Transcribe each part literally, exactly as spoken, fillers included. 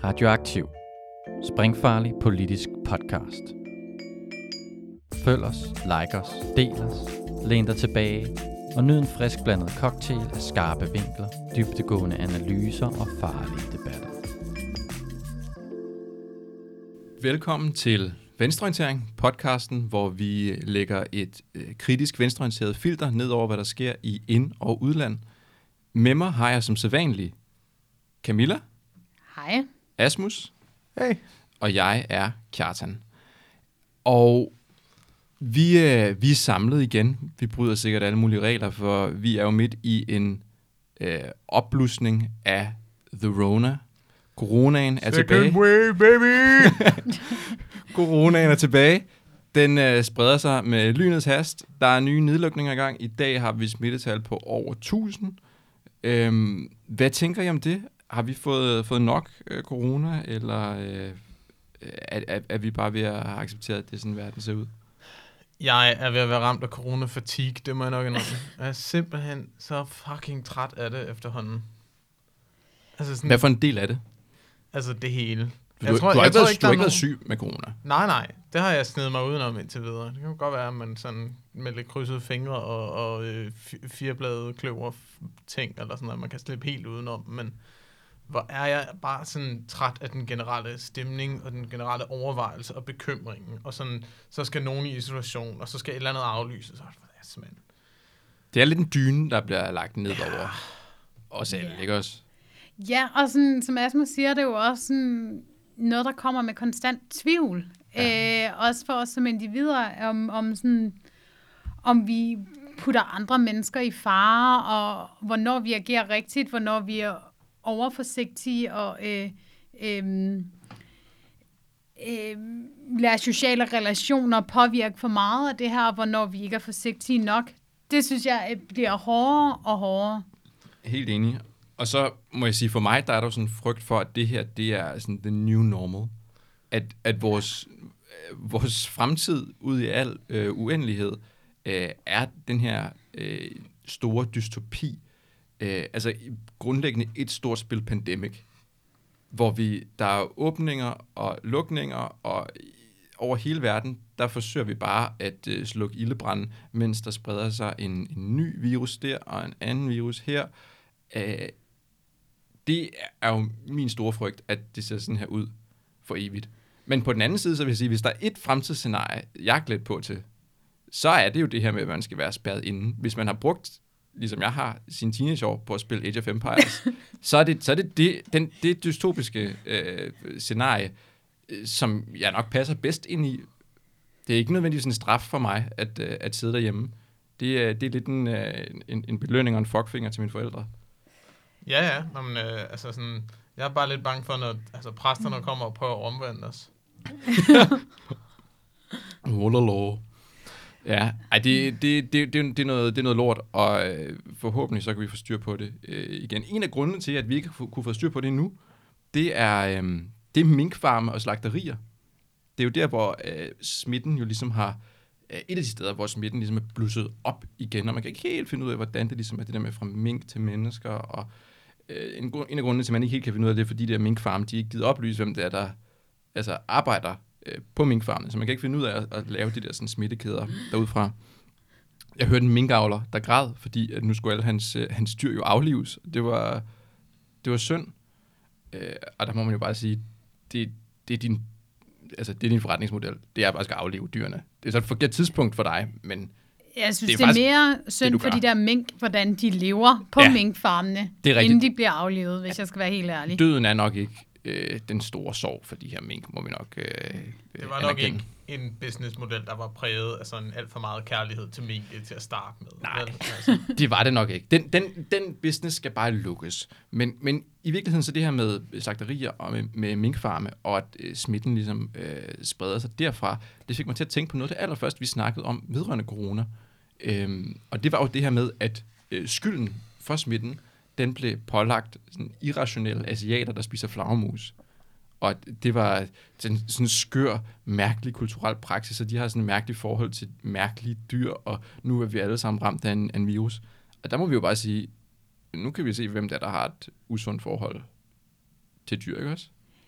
Radioaktiv. Springfarlig politisk podcast. Følg os, like os, del os, læn dig tilbage og nyd en frisk blandet cocktail af skarpe vinkler, dybdegående analyser og farlige debatter. Velkommen til Venstreorientering, podcasten, hvor vi lægger et øh, kritisk venstreorienteret filter ned over, hvad der sker i ind- og udland. Med mig har jeg som sædvanlig Camilla. Hej. Asmus. Hey. Og jeg er Kjartan. Og vi, øh, vi er samlet igen. Vi bryder sikkert alle mulige regler, for vi er jo midt i en øh, opblusning af The Rona. Coronaen er tilbage. Second wave, baby! Coronaen er tilbage. Den øh, spreder sig med lynets hast. Der er nye nedlukninger i gang. I dag har vi smittetal på over tusind. Øhm, hvad tænker I om det? Har vi fået, fået nok øh, corona, eller øh, er, er, er vi bare ved at have accepteret, at det er sådan, verden ser ud? Jeg er ved at være ramt af corona-fatigue, det må jeg nok indrømme. Jeg er simpelthen så fucking træt af det efterhånden. Altså sådan, Hvad for en del af det? Altså det hele. Du, Jeg du, tror, du har jeg ikke, tror været, ikke, du har ikke der er været syg med corona? Nej, nej. Det har jeg snedet mig udenom indtil videre. Det kan jo godt være, at man sådan med lidt krydsede fingre og, og øh, firebladede kløver ting, eller sådan noget, man kan slippe helt udenom. Men hvor er jeg bare sådan træt af den generelle stemning, og den generelle overvejelse og bekymringen. Og sådan, så skal nogen i isolation, og så skal et eller andet aflyses. Så er det simpelthen... Det er lidt en dyne, der bliver lagt ned over ja. os alle, Ja. ikke også? Ja, og sådan, som Asmus siger, det er jo også sådan noget, der kommer med konstant tvivl. Ja. Øh, også for os som individer, om, om, sådan, om vi putter andre mennesker i fare, og hvornår vi agerer rigtigt, hvornår vi er overforsigtige, og øh, øh, øh, lader sociale relationer påvirke for meget af det her, og hvornår vi ikke er forsigtige nok. Det synes jeg bliver hårdere og hårdere. Helt enig. Og så må jeg sige, for mig, der er der sådan en frygt for, at det her, det er sådan the new normal. At, at vores, øh, vores fremtid ud i al øh, uendelighed øh, er den her øh, store dystopi. Øh, altså grundlæggende et stort spil pandemic, hvor vi, der er åbninger og lukninger, og over hele verden, der forsøger vi bare at øh, slukke ildebranden, mens der spreder sig en, en ny virus der, og en anden virus her. Øh, det er jo min store frygt, at det ser sådan her ud for evigt. Men på den anden side, så vil jeg sige, hvis der er et fremtidsscenarie, jeg er glædt på til, så er det jo det her med, at man skal være spærret inde. Hvis man har brugt, ligesom jeg har, sine teenageår på at spille Age of Empires, så er det så er det, det, den, det dystopiske øh, scenarie, øh, som jeg nok passer bedst ind i. Det er ikke nødvendigvis en straf for mig, at, øh, at sidde derhjemme. Det er, det er lidt en, øh, en, en belønning og en fuckfinger til mine forældre. Ja, ja. Nå, men, øh, altså sådan, jeg er bare lidt bange for, når altså, præsterne kommer og prøver at omvende os. Ololo. Ja, ej, det, det, det, det, det, er noget, det er noget lort, og øh, forhåbentlig så kan vi få styr på det øh, igen. En af grundene til, at vi ikke kunne få styr på det endnu, det er, øh, det er minkfarme og slagterier. Det er jo der, hvor øh, smitten jo ligesom har, øh, et af de steder, hvor smitten ligesom er blusset op igen, og man kan ikke helt finde ud af, hvordan det ligesom er det der med fra mink til mennesker, og øh, en, en af grundene til, at man ikke helt kan finde ud af det, er, fordi de der minkfarme, de ikke givet oplyse, hvem det er, der altså, arbejder på minkfarmene, så man kan ikke finde ud af at, at lave de der sådan, smittekæder derudfra. Jeg hørte en minkavler, der græd, fordi at nu skulle alle hans, hans dyr jo aflives. Det var, det var synd. Øh, og der må man jo bare sige, det, det, er din, altså, det er din forretningsmodel. Det er bare at aflive dyrene. Det er så et forkert tidspunkt for dig, men jeg synes, det er, det er mere synd det, for de der mink, hvordan de lever på ja, minkfarmene, inden de bliver aflivet, hvis jeg skal være helt ærlig. Døden er nok ikke øh, den store sorg for de her mink, må vi nok øh, Det var nok ikke en businessmodel, der var præget af sådan alt for meget kærlighed til mink til at starte med. Nej, altså. det var det nok ikke. Den, den, den business skal bare lukkes. Men, men i virkeligheden så det her med slagterier og med, med minkfarme, og at øh, smitten ligesom øh, spreder sig derfra, det fik mig til at tænke på noget af det allerførste, vi snakkede om vedrørende corona. Øhm, og det var jo det her med, at øh, skylden for smitten, den blev pålagt sådan irrationelle asiater, der spiser flagermus. Og det var sådan, sådan en skør, mærkelig kulturel praksis, og de har sådan et mærkeligt forhold til mærkelige dyr, og nu er vi alle sammen ramt af en, en virus. Og der må vi jo bare sige, nu kan vi se, hvem der, der har et usundt forhold til dyr, ikke også?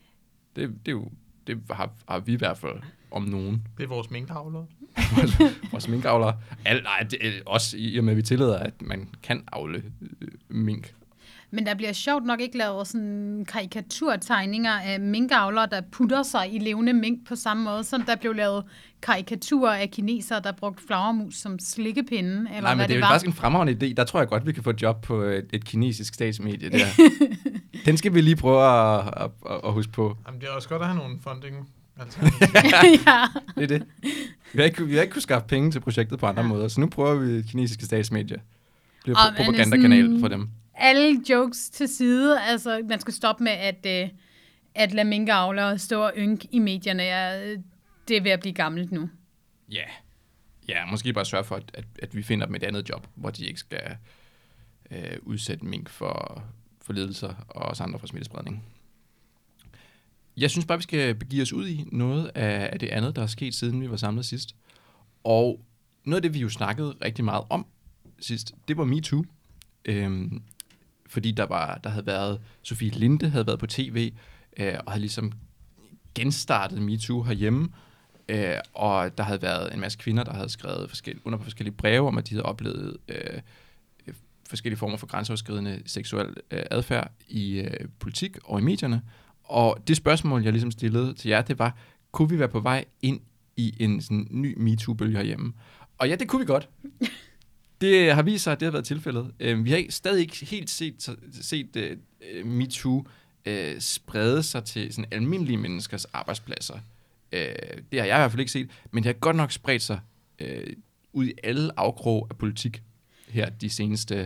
Det, det er jo, det har, har vi i hvert fald om nogen. Det er vores minkavlere. Vores minkavlere. Al, nej, det er også i og med, at vi tillader, at man kan avle øh, mink. Men der bliver sjovt nok ikke lavet sådan karikaturtegninger af minkavlere, der putter sig i levende mink på samme måde, som der blev lavet karikaturer af kinesere, der brugte flagermus som slikkepinde, eller Nej, hvad men det, det er jo var. faktisk en fremragende idé. Der tror jeg godt, vi kan få et job på et, et kinesisk statsmedie der. Den skal vi lige prøve at, at, at, at huske på. Jamen, det er også godt at have nogle funding. Ja. Det er det. Vi har ikke, vi har ikke kunnet skaffe penge til projektet på andre ja. måder, så nu prøver vi et kinesiske statsmedie. Bliver Og man er propagandakanal sådan- for dem. Alle jokes til side, altså man skal stoppe med at, øh, at lade minkavlere stå og ynk i medierne. Ja, det er ved at blive gammelt nu. Ja. Ja, måske bare sørge for, at, at, at vi finder dem et andet job, hvor de ikke skal øh, udsætte mink for, for lidelser og os andre for smittespredning. Jeg synes bare, vi skal begive os ud i noget af, af det andet, der er sket, siden vi var samlet sidst. Og noget af det, vi jo snakkede rigtig meget om sidst, det var MeToo. Øhm, fordi der, var, der havde været, Sofie Linde havde været på tv, øh, og havde ligesom genstartet MeToo herhjemme. Øh, og der havde været en masse kvinder, der havde skrevet forskellige, under på forskellige breve om, at de havde oplevet øh, forskellige former for grænseoverskridende seksuel øh, adfærd i øh, politik og i medierne. Og det spørgsmål, jeg ligesom stillede til jer, det var, kunne vi være på vej ind i en sådan ny MeToo-bølge herhjemme? Og ja, det kunne vi godt. Det har vist sig, at det har været tilfældet. Øh, vi har ikke, stadig ikke helt set, set uh, MeToo uh, sprede sig til sådan almindelige menneskers arbejdspladser. Uh, det har jeg i hvert fald ikke set, men det har godt nok spredt sig uh, ud i alle afkrog af politik her de seneste,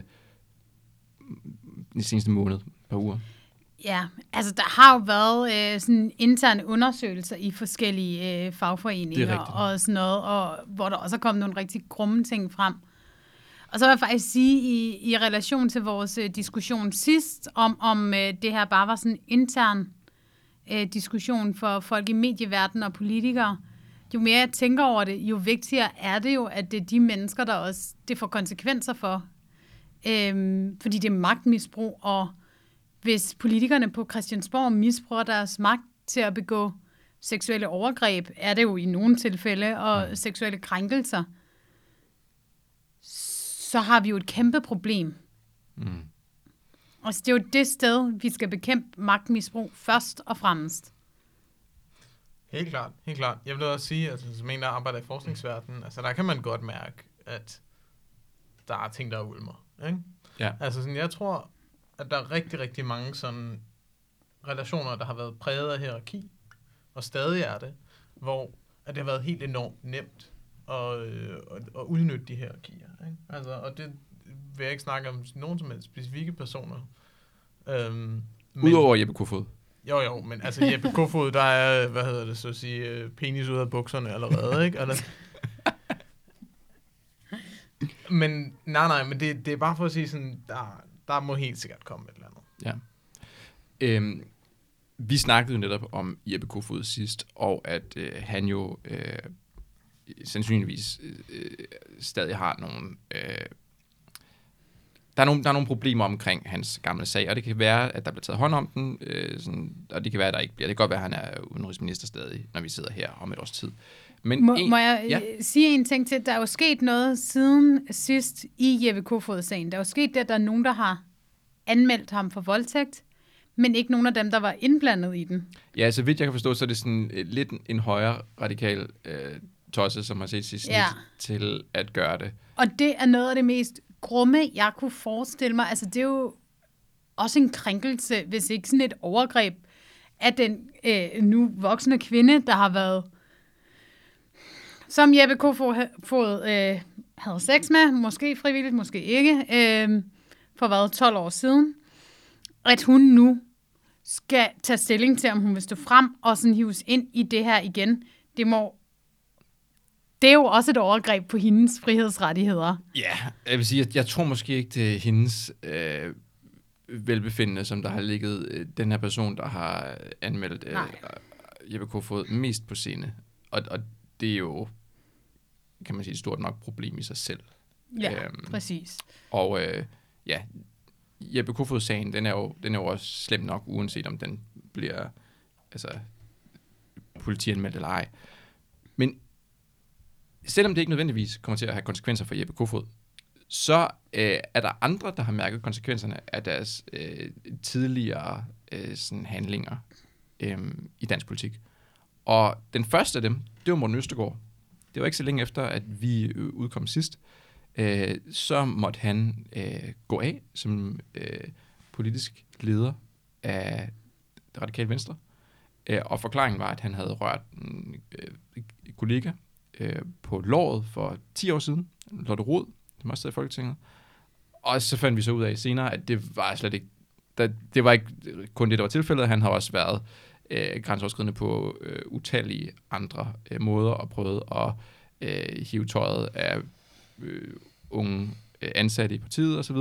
de seneste måned, par uger. Ja, altså der har jo været øh, sådan interne undersøgelser i forskellige øh, fagforeninger og sådan noget, og hvor der også er kommet nogle rigtig grumme ting frem. Og så vil jeg faktisk sige, i, i relation til vores øh, diskussion sidst, om, om øh, det her bare var sådan en intern øh, diskussion for folk i medieverdenen og politikere, jo mere jeg tænker over det, jo vigtigere er det jo, at det er de mennesker, der også det får konsekvenser for. Øhm, fordi det er magtmisbrug, og hvis politikerne på Christiansborg misbruger deres magt til at begå seksuelle overgreb, er det jo i nogle tilfælde, og mm. seksuelle krænkelser, så har vi jo et kæmpe problem. Mm. Og det er jo det sted, vi skal bekæmpe magtmisbrug først og fremmest. Helt klart, helt klart. Jeg vil også sige, at altså, som en, der arbejder i forskningsverdenen, altså der kan man godt mærke, at der er ting, der er ulmer. Ikke? Ja. Altså sådan, jeg tror, at der er rigtig, rigtig mange sådan relationer, der har været præget af hierarki, og stadig er det, hvor at det har været helt enormt nemt at, øh, at, at udnytte de hierarkier. Ikke? Altså, og det vil jeg ikke snakke om nogen som helst specifikke personer. Øhm, men, Udover Jeppe Kofod. Jo, jo, men altså Jeppe Kofod, der er, hvad hedder det så at sige, penis ud af bukserne allerede, ikke? Eller, men nej, nej, men det, det er bare for at sige sådan, der, der må helt sikkert komme et eller andet. Ja. Øhm, vi snakkede jo netop om Jeppe Kofod sidst, og at øh, han jo øh, sandsynligvis øh, stadig har nogle... Øh, der, er nogle, der er nogle problemer omkring hans gamle sag, og det kan være, at der bliver taget hånd om den, øh, sådan, og det kan være, at der ikke bliver. Det kan godt være, at han er udenrigsminister stadig, når vi sidder her om et års tid. Men må, en, må jeg ja. sige en ting til? Der er jo sket noget siden sidst i Jeppe Kofod-sagen. Der er jo sket det, at der er nogen, der har anmeldt ham for voldtægt, men ikke nogen af dem, der var indblandet i den. Ja, så vidt jeg kan forstå, så er det sådan øh, lidt en højere radikal øh, tosse, som har set sit snit Ja. til at gøre det. Og det er noget af det mest grumme, jeg kunne forestille mig. Altså, det er jo også en krænkelse, hvis ikke sådan et overgreb af den øh, nu voksne kvinde, der har været, som Jeppe Kofod øh, havde sex med, måske frivilligt, måske ikke, øh, for hvad, tolv år siden, at hun nu skal tage stilling til, om hun vil stå frem og sådan hives ind i det her igen. Det må Det er jo også et overgreb på hendes frihedsrettigheder. Ja, jeg vil sige, at jeg tror måske ikke, det er hendes øh, velbefindende, som der har ligget øh, den her person, der har anmeldt øh, Jeppe Kofod mest på scene. Og, og det er jo, kan man sige, et stort nok problem i sig selv. Ja, øhm, præcis. Og øh, ja, Jeppe Kofod-sagen, den er, jo, den er jo også slem nok, uanset om den bliver altså, politianmeldt eller ej. Men selvom det ikke nødvendigvis kommer til at have konsekvenser for Jeppe Kofod, så øh, er der andre, der har mærket konsekvenserne af deres øh, tidligere øh, sådan handlinger øh, i dansk politik. Og den første af dem, det var Morten Østergaard. Det var ikke så længe efter, at vi udkom sidst. Øh, så måtte han øh, gå af som øh, politisk leder af Det Radikale Venstre. Øh, og forklaringen var, at han havde rørt en øh, kollega øh, på låret for ti år siden, Lotte Rod, som også sad i Folketinget. Og så fandt vi så ud af senere, at det var slet ikke, der, det var ikke kun det, der var tilfældet. Han har også været øh, grænseoverskridende på øh, utallige andre øh, måder og prøvet at øh, hive tøjet af øh, unge øh, ansatte i partiet osv.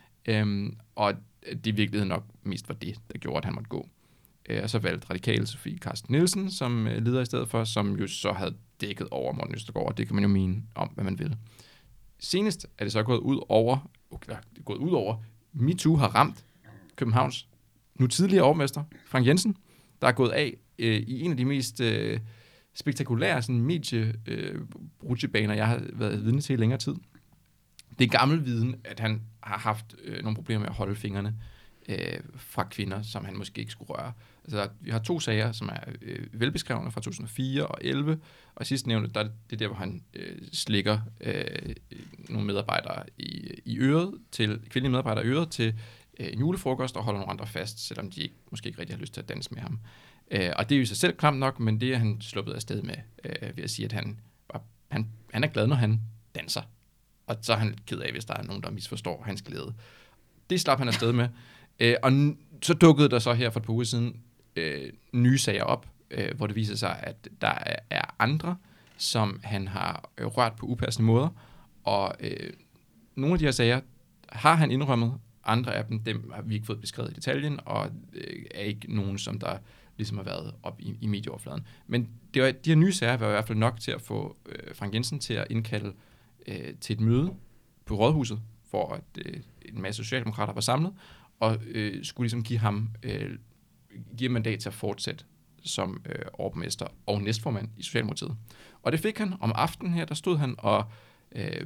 Øhm, og det i virkeligheden nok mest var det, der gjorde, at han måtte gå. Øh, og så valgte Radikale Sofie Carsten Nielsen som øh, leder i stedet for, som jo så havde dækket over Morten Østergaard, og det kan man jo mene om, hvad man vil. Senest er det så gået ud over, okay, det er gået ud over, MeToo har ramt Københavns nu tidligere overmester, Frank Jensen, der er gået af øh, i en af de mest øh, spektakulære sådan, mediebrudgebaner, øh, jeg har været vidne til i længere tid. Det er gammel viden, at han har haft øh, nogle problemer med at holde fingrene øh, fra kvinder, som han måske ikke skulle røre. Altså, vi har to sager, som er øh, velbeskrevne fra to tusind og fire og elleve, og sidst nævnte, der, det er der, hvor han øh, slikker øh, nogle medarbejdere i, i øret, til kvindelige medarbejdere i øret til øh, en julefrokost, og holder nogle andre fast, selvom de ikke, måske ikke rigtig har lyst til at danse med ham. Øh, og det er jo sig selv klamt nok, men det er han sluppet afsted med, øh, ved at sige, at han, var, han, han er glad, når han danser. Og så er han ked af, hvis der er nogen, der misforstår hans glæde. Det slap han afsted med. Øh, og n- så dukkede der så her for et par uger siden øh, nye sager op, øh, hvor det viser sig, at der er andre, som han har øh, rørt på upassende måder. Og øh, nogle af de her sager har han indrømmet. Andre af dem, dem har vi ikke fået beskrevet i detaljen, og øh, er ikke nogen, som der ligesom har været op i, i medieoverfladen. Men det var, de her nye sager var i hvert fald nok til at få øh, Frank Jensen til at indkalde øh, til et møde på Rådhuset, hvor at, øh, en masse socialdemokrater var samlet, og øh, skulle ligesom give ham øh, give ham mandat til at fortsætte som øh, overborgmester og næstformand i Socialdemokratiet. Og det fik han om aftenen her, der stod han og øh,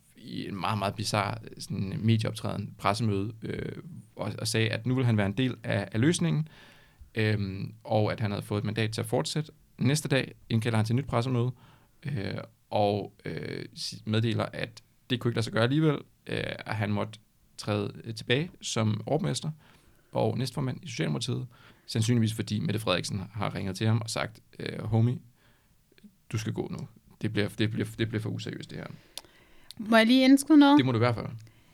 i en meget, meget bizarre sådan, medieoptræden, pressemøde, øh, og, og sagde, at nu vil han være en del af, af løsningen, øh, og at han havde fået et mandat til at fortsætte. Næste dag indkalder han til et nyt pressemøde, øh, og øh, meddeler, at det kunne ikke lade sig gøre alligevel, øh, at han måtte træde øh, tilbage som overborgmester og næstformand i Socialdemokratiet, sandsynligvis fordi Mette Frederiksen har ringet til ham og sagt, øh, homie, du skal gå nu. Det bliver, det, bliver, det bliver for useriøst, det her. Må jeg lige indskyde noget? Det må du i hvert fald.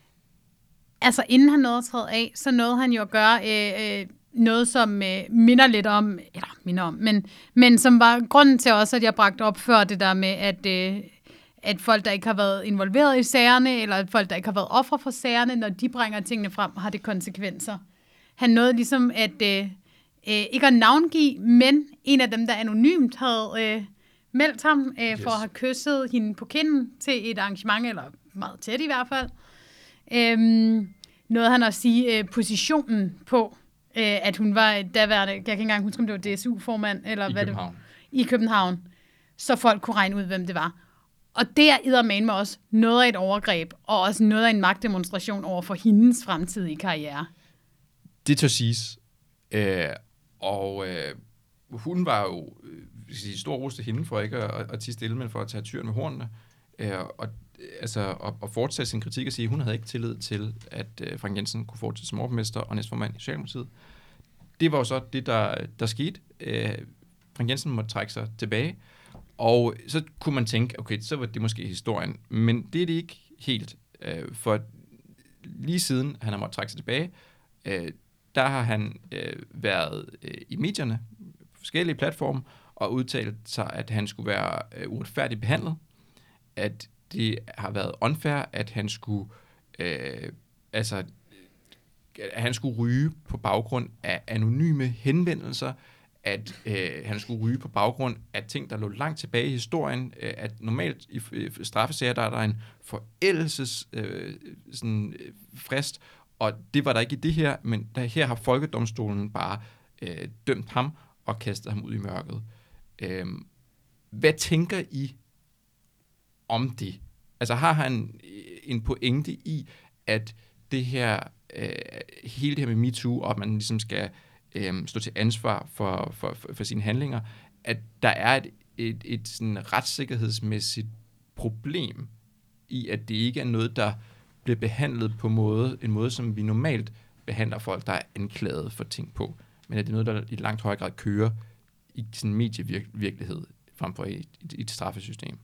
Altså, inden han nåede at træde af, så nåede han jo at gøre øh, øh, noget, som øh, minder lidt om, eller minder om, men, men som var grunden til også, at jeg bragte op før det der med, at, øh, at folk, der ikke har været involveret i sagerne, eller folk, der ikke har været ofre for sagerne, når de bringer tingene frem, har det konsekvenser. Han nåede ligesom at, øh, øh, ikke at navngive, men en af dem, der anonymt havde øh, meldt ham øh, yes. for at have kysset hende på kinden til et arrangement, eller meget tæt i hvert fald. Øhm, nåede han at sige øh, positionen på, øh, at hun var daværende, jeg kan ikke engang huske, om det var D S U-formand, eller I hvad København. det var, i København, så folk kunne regne ud, hvem det var. Og det er eddermame også noget af et overgreb, og også noget af en magtdemonstration over for hendes fremtidige karriere. Det tør siges. Øh, og øh, hun var jo øh, sige, stor ros til hende for ikke at, at tige stille, men for at tage tyren med hornene. Øh, og altså at, at fortsætte sin kritik og sige, at hun havde ikke tillid til, at øh, Frank Jensen kunne fortsætte som overborgmester og næstformand i Socialdemokratiet. Det var jo så det, der, der skete. Øh, Frank Jensen måtte trække sig tilbage, og så kunne man tænke, okay, så var det måske historien. Men det er det ikke helt. Øh, for lige siden han har måttet trække sig tilbage, øh, der har han øh, været øh, i medierne, på forskellige platforme, og udtalt sig, at han skulle være øh, uretfærdigt behandlet, at det har været unfair, at han skulle, øh, altså, at han skulle ryge på baggrund af anonyme henvendelser, at øh, han skulle ryge på baggrund af ting, der lå langt tilbage i historien, øh, at normalt i øh, straffesager, der er der en forældelsesfrist, øh, sådan, øh, frist, og det var der ikke i det her, men der, her har Folkedomstolen bare øh, dømt ham og kastet ham ud i mørket. Øh, hvad tænker I om det? Altså har han en pointe i, at det her, øh, hele det her med MeToo, og at man ligesom skal øh, stå til ansvar for, for, for, for sine handlinger, at der er et, et, et sådan retssikkerhedsmæssigt problem i, at det ikke er noget, der bliver behandlet på måde, en måde, som vi normalt behandler folk, der er anklaget for ting på, men at det er noget, der i langt højere grad kører i sådan en medievirkelighed, frem for i, i, i et straffesystem.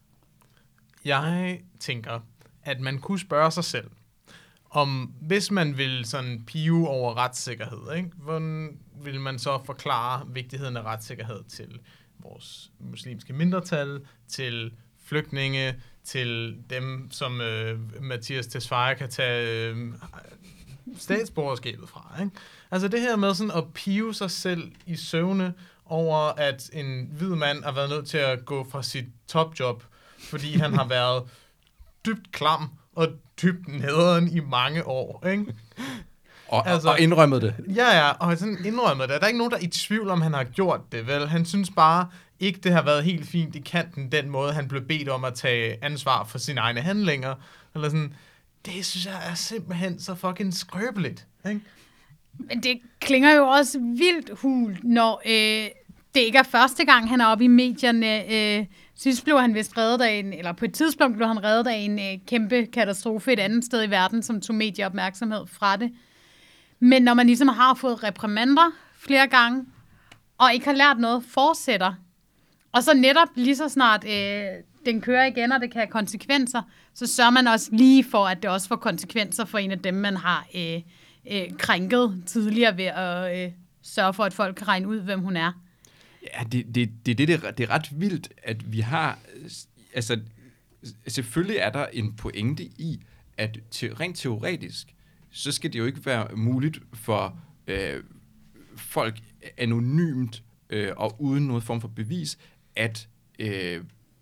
Jeg tænker, at man kunne spørge sig selv, om hvis man vil sådan pive over retssikkerhed, ikke? Hvordan vil man så forklare vigtigheden af retssikkerhed til vores muslimske mindretal, til flygtninge, til dem, som øh, Mathias Tesfaye kan tage øh, statsborgerskabet fra, ikke? Altså det her med sådan at pive sig selv i søvne over, at en hvid mand har været nødt til at gå fra sit topjob, fordi han har været dybt klam og dybt nederen i mange år, ikke? Og, altså, og indrømmet det. Ja, ja, og sådan indrømmet det. Der er ikke nogen, der er i tvivl om, han har gjort det, vel? Han synes bare ikke, det har været helt fint i kanten, den måde, han blev bedt om at tage ansvar for sine egne handlinger. Eller sådan, det synes jeg er simpelthen så fucking skrøbeligt, ikke? Men det klinger jo også vildt hult, når øh, det ikke er første gang, han er oppe i medierne. Øh, sidst blev han vist reddet af en, eller på et tidspunkt blev han reddet af en øh, kæmpe katastrofe et andet sted i verden, som tog medieopmærksomhed fra det. Men når man ligesom har fået reprimander flere gange, og ikke har lært noget, fortsætter, og så netop lige så snart øh, den kører igen, og det kan have konsekvenser, så sørger man også lige for, at det også får konsekvenser for en af dem, man har øh, øh, krænket tidligere ved at øh, sørge for, at folk kan regne ud, hvem hun er. Ja, det, det, det, det, det er ret vildt, at vi har... Altså, selvfølgelig er der en pointe i, at te, rent teoretisk, så skal det jo ikke være muligt for øh, folk anonymt øh, og uden noget form for bevis, at øh,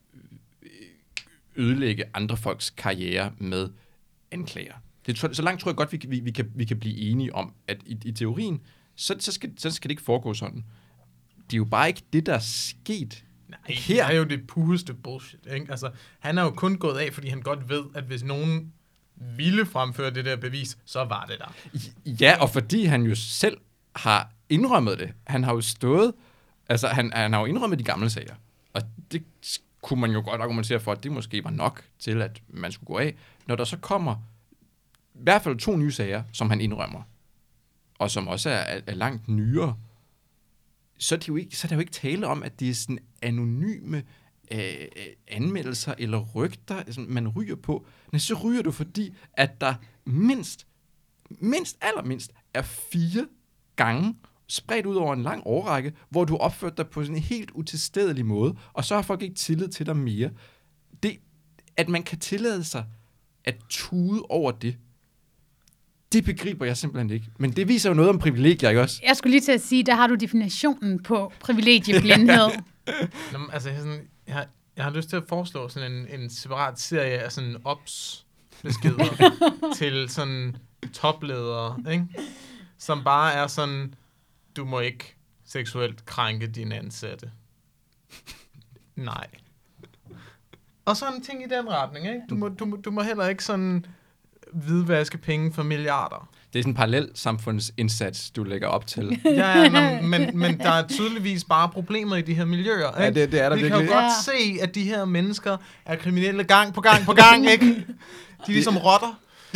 ødelægge andre folks karriere med anklager. Det, så langt tror jeg godt, vi, vi, vi, kan, vi kan blive enige om, at i, i teorien, så, så, skal, så skal det ikke foregå sådan. Det er jo bare ikke det, der er sket. Nej, her er jo det pureste bullshit, ikke? Altså, han er jo kun gået af, fordi han godt ved, at hvis nogen ville fremføre det der bevis, så var det der. Ja, og fordi han jo selv har indrømmet det. Han har jo stået, altså han, han har jo indrømmet de gamle sager. Og det kunne man jo godt argumentere for, at det måske var nok til, at man skulle gå af. Når der så kommer i hvert fald to nye sager, som han indrømmer, og som også er, er langt nyere, så er, det jo ikke, så er der jo ikke tale om, at det er sådan anonyme øh, anmeldelser eller rygter, altså, man ryger på. Nej, så ryger du, fordi at der mindst, mindst allermindst, er fire gange spredt ud over en lang årrække, hvor du opførte dig på sådan en helt utilstedelig måde, og så har folk ikke tillid til dig mere. Det, at man kan tillade sig at tude over det, det begriber jeg simpelthen ikke. Men det viser jo noget om privilegier, ikke også? Jeg skulle lige til at sige, der har du definitionen på privilegieblindhed. Nå, altså, jeg, sådan, jeg, har, jeg har lyst til at foreslå sådan en, en separat serie af sådan ops-beskeder til sådan topledere, ikke? Som bare er sådan, du må ikke seksuelt krænke dine ansatte. Nej. Og sådan en ting i den retning, ikke? Du må, du, må, du må heller ikke sådan hvidvaske penge for milliarder. Det er sådan en parallel samfundsindsats, du lægger op til. Ja, ja, nå, men, men der er tydeligvis bare problemer i de her miljøer, ikke? Ja, det, det er der Vi virkelig. kan jo godt se, at de her mennesker er kriminelle gang på gang på gang, ikke? De er ligesom rotter.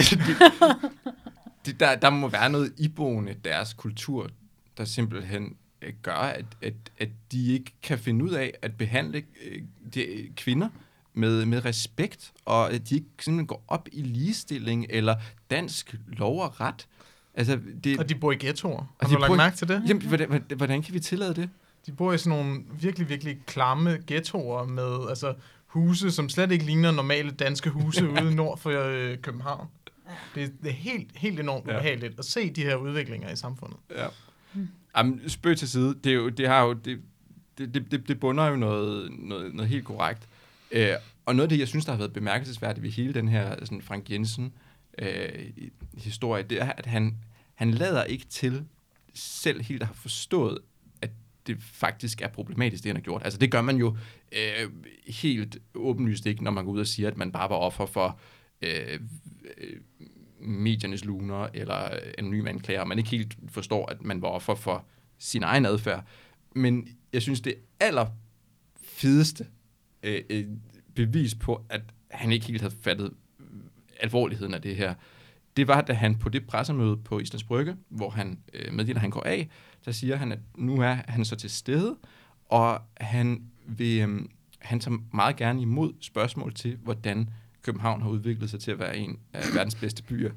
de, der, der må være noget iboende deres kultur, der simpelthen øh, gør, at, at, at de ikke kan finde ud af at behandle øh, de, kvinder med, med respekt, og at de ikke simpelthen går op i ligestilling eller dansk lov og ret. Altså, det, og de bor i ghettoer. Og Har de du lagt bor, mærke til det? Jamen, hvordan, hvordan kan vi tillade det? De bor i sådan nogle virkelig, virkelig klamme ghettoer med altså, huse, som slet ikke ligner normale danske huse ude nord for øh, København. Det, det er helt, helt enormt ja. ubehageligt at se de her udviklinger i samfundet. Ja. Hmm. Jamen, spøg til side. Det, er jo, det, har jo, det, det, det, det bunder jo noget, noget, noget helt korrekt. Øh, og noget af det, jeg synes, der har været bemærkelsesværdigt ved hele den her sådan Frank Jensen øh, historie, det er, at han, han lader ikke til selv helt at have forstået, at det faktisk er problematisk, det han har gjort. Altså det gør man jo øh, helt åbenlyst ikke, når man går ud og siger, at man bare var offer for øh, øh, mediernes luner eller anonyme anklager, og man ikke helt forstår, at man var offer for sin egen adfærd. Men jeg synes, det aller fedeste øh, øh, bevis på, at han ikke helt havde fattet alvorligheden af det her, det var, da han på det pressemøde på Islands Brygge, hvor han øh, meddeler, at han går af, der siger han, at nu er han så til stede, og han vil, øh, han tager meget gerne imod spørgsmål til, hvordan København har udviklet sig til at være en af verdens bedste byer.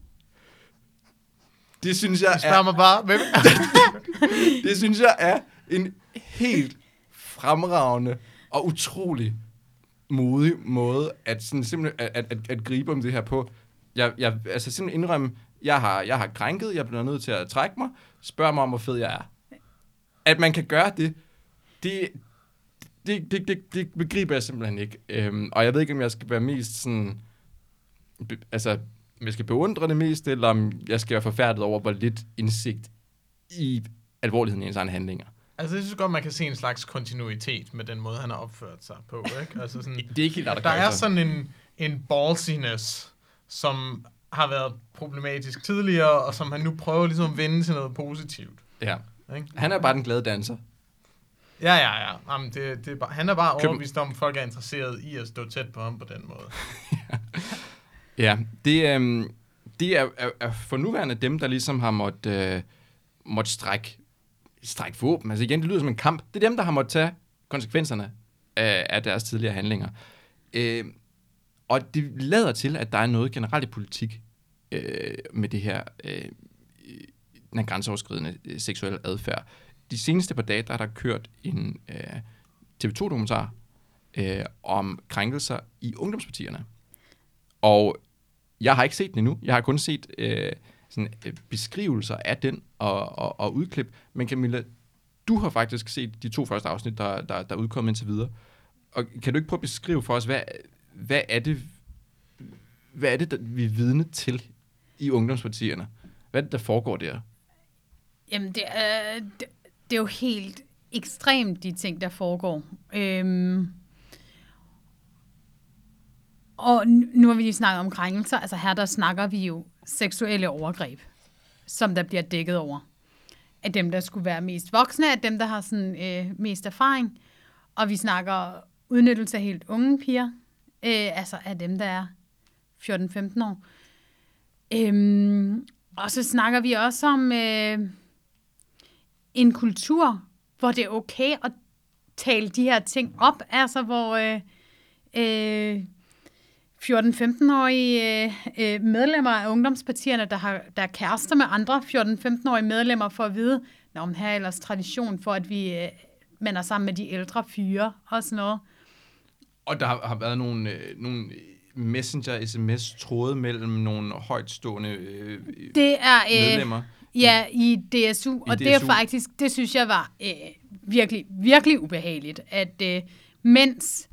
Det synes jeg er... mig bare, hvem? Det synes jeg er en helt fremragende og utrolig modig måde at, sådan, simpelthen, at, at, at gribe om det her på. Jeg, jeg altså simpelthen indrømme, jeg har, jeg har krænket, jeg bliver nødt til at trække mig, spørg mig om, hvor fed jeg er. At man kan gøre det, det, det, det, det, det begriber jeg simpelthen ikke. Øhm, og jeg ved ikke, om jeg skal være mest sådan, be, altså, om jeg skal beundre det mest, eller om jeg skal være forfærdet over, hvor lidt indsigt i alvorligheden i ens egne handlinger. Altså, jeg synes godt, man kan se en slags kontinuitet med den måde, han har opført sig på, ikke? Altså sådan, det er ikke helt, der, der er sådan en, en ballsiness, som har været problematisk tidligere, og som han nu prøver ligesom at vende til noget positivt. Ja. Ikke? Han er bare den glade danser. Ja, ja, ja. Jamen, det, det er bare, han er bare Køb... overbevist om, at folk er interesseret i at stå tæt på ham på den måde. Ja, det, øhm, det er, er, er for nuværende dem, der ligesom har måttet øh, måtte strække, strække våben. Altså igen, det lyder som en kamp. Det er dem, der har måttet tage konsekvenserne af, af deres tidligere handlinger. Øh, og det lader til, at der er noget generelt i politik øh, med det her øh, den grænseoverskridende øh, seksuelle adfærd. De seneste par dage, der er der kørt en øh, T V to-dokumentar øh, om krænkelser i ungdomspartierne. Og jeg har ikke set den endnu. Jeg har kun set øh, sådan, øh, beskrivelser af den og, og, og udklip. Men Camilla, du har faktisk set de to første afsnit, der, der, der er udkommet indtil videre. Og kan du ikke prøve at beskrive for os, hvad, hvad er det, hvad er det der, vi er vidne til i ungdomspartierne? Hvad er det, der foregår der? Jamen, det er, det, det er jo helt ekstremt, de ting, der foregår. Øhm, og nu har vi lige snakket om krænkelser. Altså her, der snakker vi jo seksuelle overgreb, som der bliver dækket over. Af dem, der skulle være mest voksne, af dem, der har sådan, øh, mest erfaring. Og vi snakker udnyttelse af helt unge piger, øh, altså af dem, der er fjorten femten år. Øhm, og så snakker vi også om øh, en kultur, hvor det er okay at tale de her ting op, altså hvor øh, øh, fjorten femten-årige øh, medlemmer af ungdomspartierne, der, har, der er kærester med andre fjorten femten-årige medlemmer, for at vide, om her er ellers tradition for, at vi øh, mander sammen med de ældre fyre og sådan noget. Og der har, har været nogle, øh, nogle messenger-S M S-tråde mellem nogle højtstående øh, det er, øh, medlemmer. Ja, i D S U, I og D S U. det er faktisk, det synes jeg var øh, virkelig, virkelig ubehageligt, at øh, mens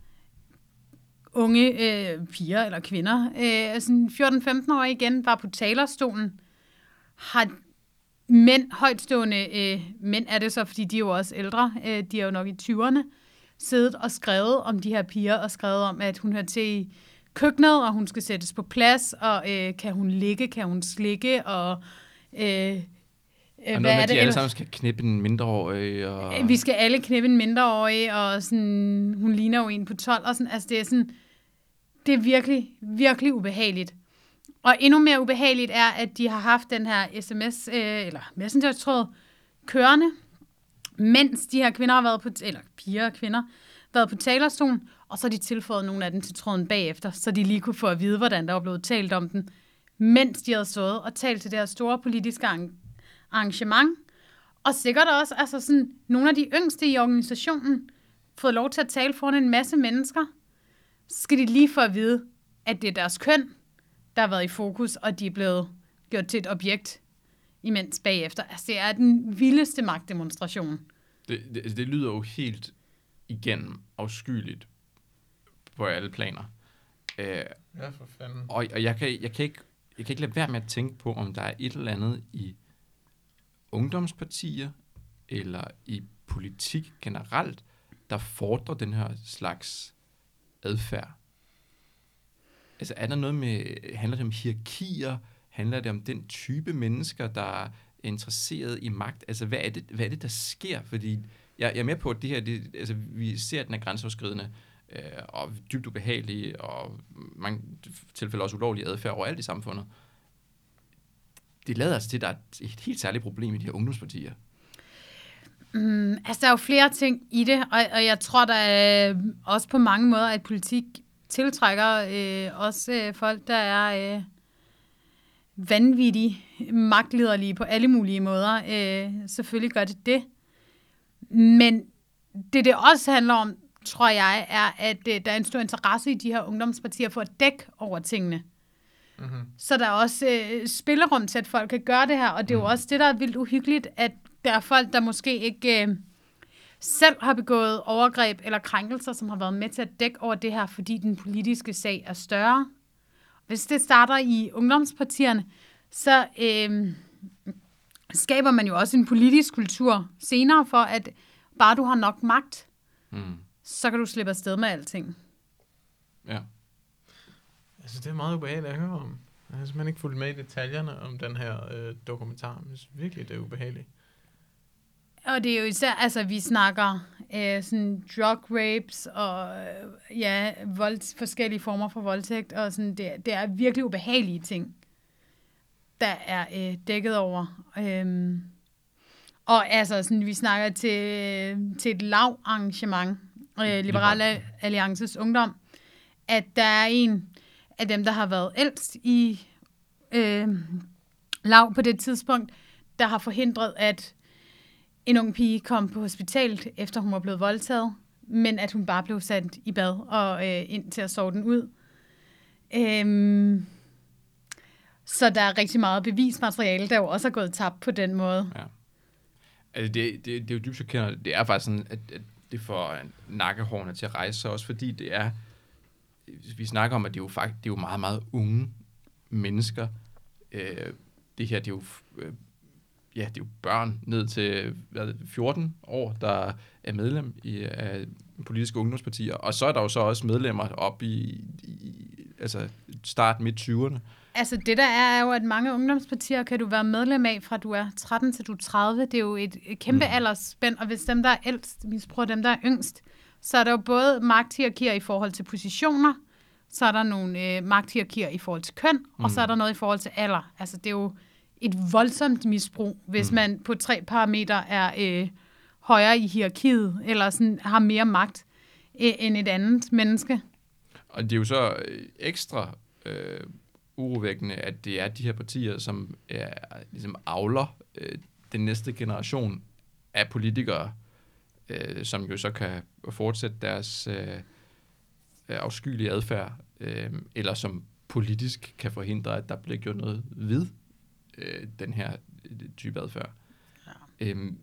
unge øh, piger eller kvinder, øh, sådan fjorten femten-årige igen, var på talerstolen, har mænd, højtstående øh, mænd er det så, fordi de er jo også ældre, øh, de er jo nok i tyverne, siddet og skrevet om de her piger, og skrevet om, at hun hører til i køkkenet, og hun skal sættes på plads, og øh, kan hun ligge, kan hun slikke, og øh, og noget med, at de alle sammen skal knippe en mindreårig. Og... Vi skal alle knippe en mindreårig, og sådan, hun ligner jo en på tolv, og sådan, altså det er sådan, det er virkelig, virkelig ubehageligt. Og endnu mere ubehageligt er, at de har haft den her sms, øh, eller messenger-tråd, kørende, mens de her kvinder har været på, eller piger og kvinder, været på talerstolen, og så har de tilføjet nogle af dem til tråden bagefter, så de lige kunne få at vide, hvordan der var blevet talt om den, mens de havde stået og talt til det her store politiske arrangement. Og sikkert også, altså sådan, nogle af de yngste i organisationen fået lov til at tale foran en masse mennesker, så skal de lige få at vide, at det er deres køn, der har været i fokus, og de er blevet gjort til et objekt imens bagefter. Altså, det er den vildeste magtdemonstration. Det, det, det lyder jo helt igennem afskyeligt på alle planer. Øh, ja, for fanden. Og, og jeg, kan, jeg, kan ikke, jeg kan ikke lade være med at tænke på, om der er et eller andet i ungdomspartier, eller i politik generelt, der fordrer den her slags adfærd? Altså er der noget med, handler det om hierarkier? Handler det om den type mennesker, der er interesseret i magt? Altså hvad er det, hvad er det der sker? Fordi jeg, jeg er med på, at det her, det, altså, vi ser, at den er grænseoverskridende øh, og dybt ubehagelig, og mange tilfælde også ulovlig adfærd overalt i samfundet. Det lader altså til, at der er et helt særligt problem i de her ungdomspartier. Mm, altså, der er jo flere ting i det, og, og jeg tror, der er også på mange måder, at politik tiltrækker øh, også øh, folk, der er øh, vanvittige, magtlederlige på alle mulige måder. Øh, selvfølgelig gør det det. Men det, det også handler om, tror jeg, er, at øh, der er en stor interesse i de her ungdomspartier for at dække over tingene. Mm-hmm. Så der er også øh, spillerum til, at folk kan gøre det her, og det er jo også det, der er vildt uhyggeligt, at der er folk, der måske ikke øh, selv har begået overgreb eller krænkelser, som har været med til at dække over det her, fordi den politiske sag er større. Hvis det starter i ungdomspartierne, så øh, skaber man jo også en politisk kultur senere for, at bare du har nok magt, mm. så kan du slippe afsted med alting. Ja. Altså, det er meget ubehageligt at høre om. Jeg har simpelthen ikke fulgt med i detaljerne om den her øh, dokumentar, men jeg synes virkelig, det er ubehageligt. Og det er jo især, altså vi snakker øh, sådan drug rapes og øh, ja, vold, forskellige former for voldtægt, og sådan, det, det er virkelig ubehagelige ting, der er øh, dækket over. Øhm, og altså, sådan, vi snakker til, til et lav arrangement, øh, Liberale Alliances Ungdom, at der er en af dem, der har været ældst i øh, lav på det tidspunkt, der har forhindret, at en ung pige kom på hospitalet, efter hun var blevet voldtaget, men at hun bare blev sat i bad og øh, ind til at sove den ud. Øhm, så der er rigtig meget bevismateriale, der jo også er gået tabt på den måde. Ja. Altså det, det, det er jo dybt chokerende. Det er faktisk sådan, at, at det får nakkehårene til at rejse sig også, fordi det er, vi snakker om, at det er jo faktisk, det er jo meget, meget unge mennesker. Øh, det her, det er jo øh, ja, det er jo børn ned til hvad, fjorten år, der er medlem i af politiske ungdomspartier. Og så er der jo så også medlemmer op i, i altså start midt tyverne. Altså det der er, er jo, at mange ungdomspartier kan du være medlem af, fra du er tretten til du er tredive. Det er jo et, et kæmpe mm. aldersspænd, og hvis dem, der er ældst, misbruger dem, der er yngst, så er der jo både magthierarkier i forhold til positioner, så er der nogle øh, magthierarkier i forhold til køn, mm. og så er der noget i forhold til alder. Altså det er jo et voldsomt misbrug, hvis mm. man på tre parametre er øh, højere i hierarkiet, eller sådan har mere magt øh, end et andet menneske. Og det er jo så øh, ekstra øh, urovækkende, at det er de her partier, som er, ligesom avler øh, den næste generation af politikere, øh, som jo så kan fortsætte deres øh, afskyelige adfærd, øh, eller som politisk kan forhindre, at der bliver gjort noget ved øh, den her type adfærd. Ja. Øhm,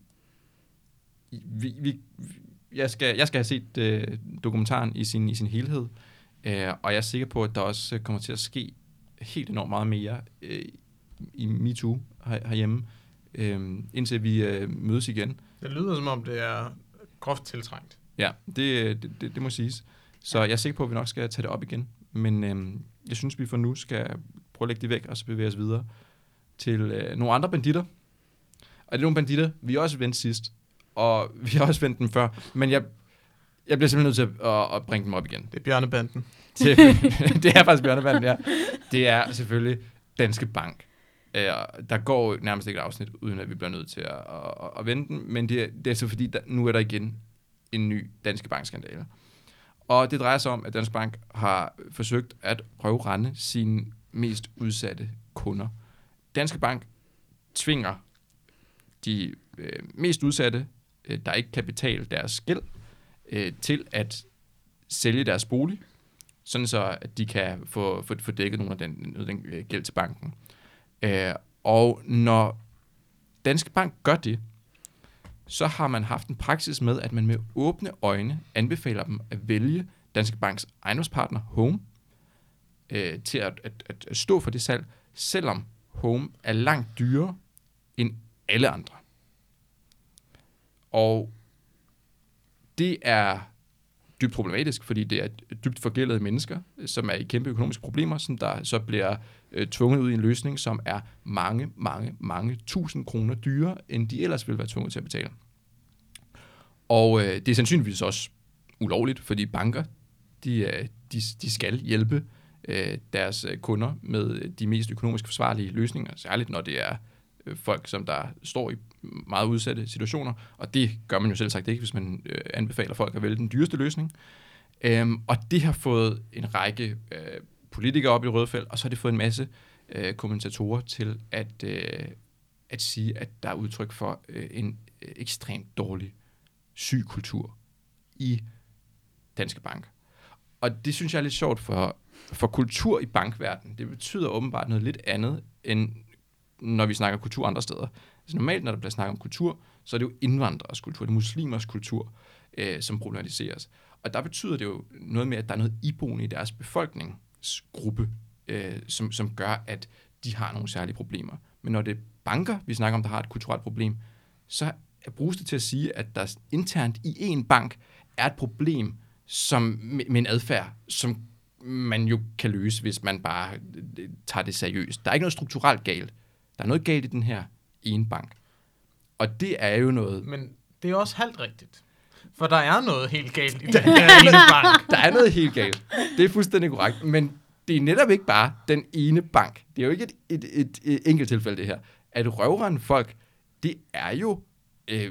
vi, vi, jeg, skal, jeg skal have set øh, dokumentaren i sin, i sin helhed, øh, og jeg er sikker på, at der også kommer til at ske helt enormt meget mere øh, i MeToo her, herhjemme, øh, indtil vi øh, mødes igen. Det lyder som om, det er groft tiltrængt. Ja, det, det, det, det må siges. Så jeg er sikker på, at vi nok skal tage det op igen. Men øh, jeg synes, vi for nu skal prøve at lægge det væk, og så bevæge os videre til øh, nogle andre banditter. Og det er nogle banditter, vi har også vendt sidst, og vi har også vendt dem før, men jeg, jeg bliver simpelthen nødt til at, at, at bringe dem op igen. Det er Bjørnebanden. Det er faktisk Bjørnebanden, ja. Det er selvfølgelig Danske Bank. Uh, der går nærmest ikke et afsnit, uden at vi bliver nødt til at, at, at vende den, men det, det er så fordi, der, nu er der igen en ny Danske Bank-skandale. Og det drejer sig om, at Danske Bank har forsøgt at røvrende sine mest udsatte kunder. Danske Bank tvinger de øh, mest udsatte, øh, der ikke kan betale deres gæld, øh, til at sælge deres bolig, sådan så at de kan få, få, få dækket nogle af den, den øh, gæld til banken. Øh, og når Danske Bank gør det, så har man haft en praksis med, at man med åbne øjne anbefaler dem at vælge Danske Banks ejendomspartner Home øh, til at, at, at stå for det salg, selvom Home er langt dyrere end alle andre. Og det er dybt problematisk, fordi det er dybt forgældede mennesker, som er i kæmpe økonomiske problemer, som der så bliver øh, tvunget ud i en løsning, som er mange, mange, mange tusind kroner dyrere, end de ellers ville være tvunget til at betale. Og øh, det er sandsynligvis også ulovligt, fordi banker, de, øh, de, de skal hjælpe øh, deres kunder med de mest økonomisk forsvarlige løsninger, særligt når det er øh, folk, som der står i meget udsatte situationer, og det gør man jo selv sagt ikke, hvis man øh, anbefaler folk at vælge den dyreste løsning. Øhm, og det har fået en række øh, politikere op i Rødfelt, og så har det fået en masse øh, kommentatorer til at, øh, at sige, at der er udtryk for øh, en øh, ekstremt dårlig syg kultur i Danske Bank. Og det synes jeg er lidt sjovt, for, for kultur i bankverdenen, det betyder åbenbart noget lidt andet, end når vi snakker kultur andre steder. Altså normalt, når der bliver snakket om kultur, så er det jo indvandrers kultur, det er muslimers kultur, øh, som problematiseres. Og der betyder det jo noget med, at der er noget iboende i deres befolkningsgruppe, øh, som, som gør, at de har nogle særlige problemer. Men når det er banker, vi snakker om, der har et kulturelt problem, så bruges det til at sige, at der internt i en bank er et problem som, med, med en adfærd, som man jo kan løse, hvis man bare tager det seriøst. Der er ikke noget strukturelt galt. Der er noget galt i den her ene bank. Og det er jo noget... Men det er også halvt rigtigt. For der er noget helt galt i den her ene bank. Der er noget helt galt. Det er fuldstændig korrekt. Men det er netop ikke bare den ene bank. Det er jo ikke et, et, et, et enkelt tilfælde, det her. At røvrende folk, det er jo øh,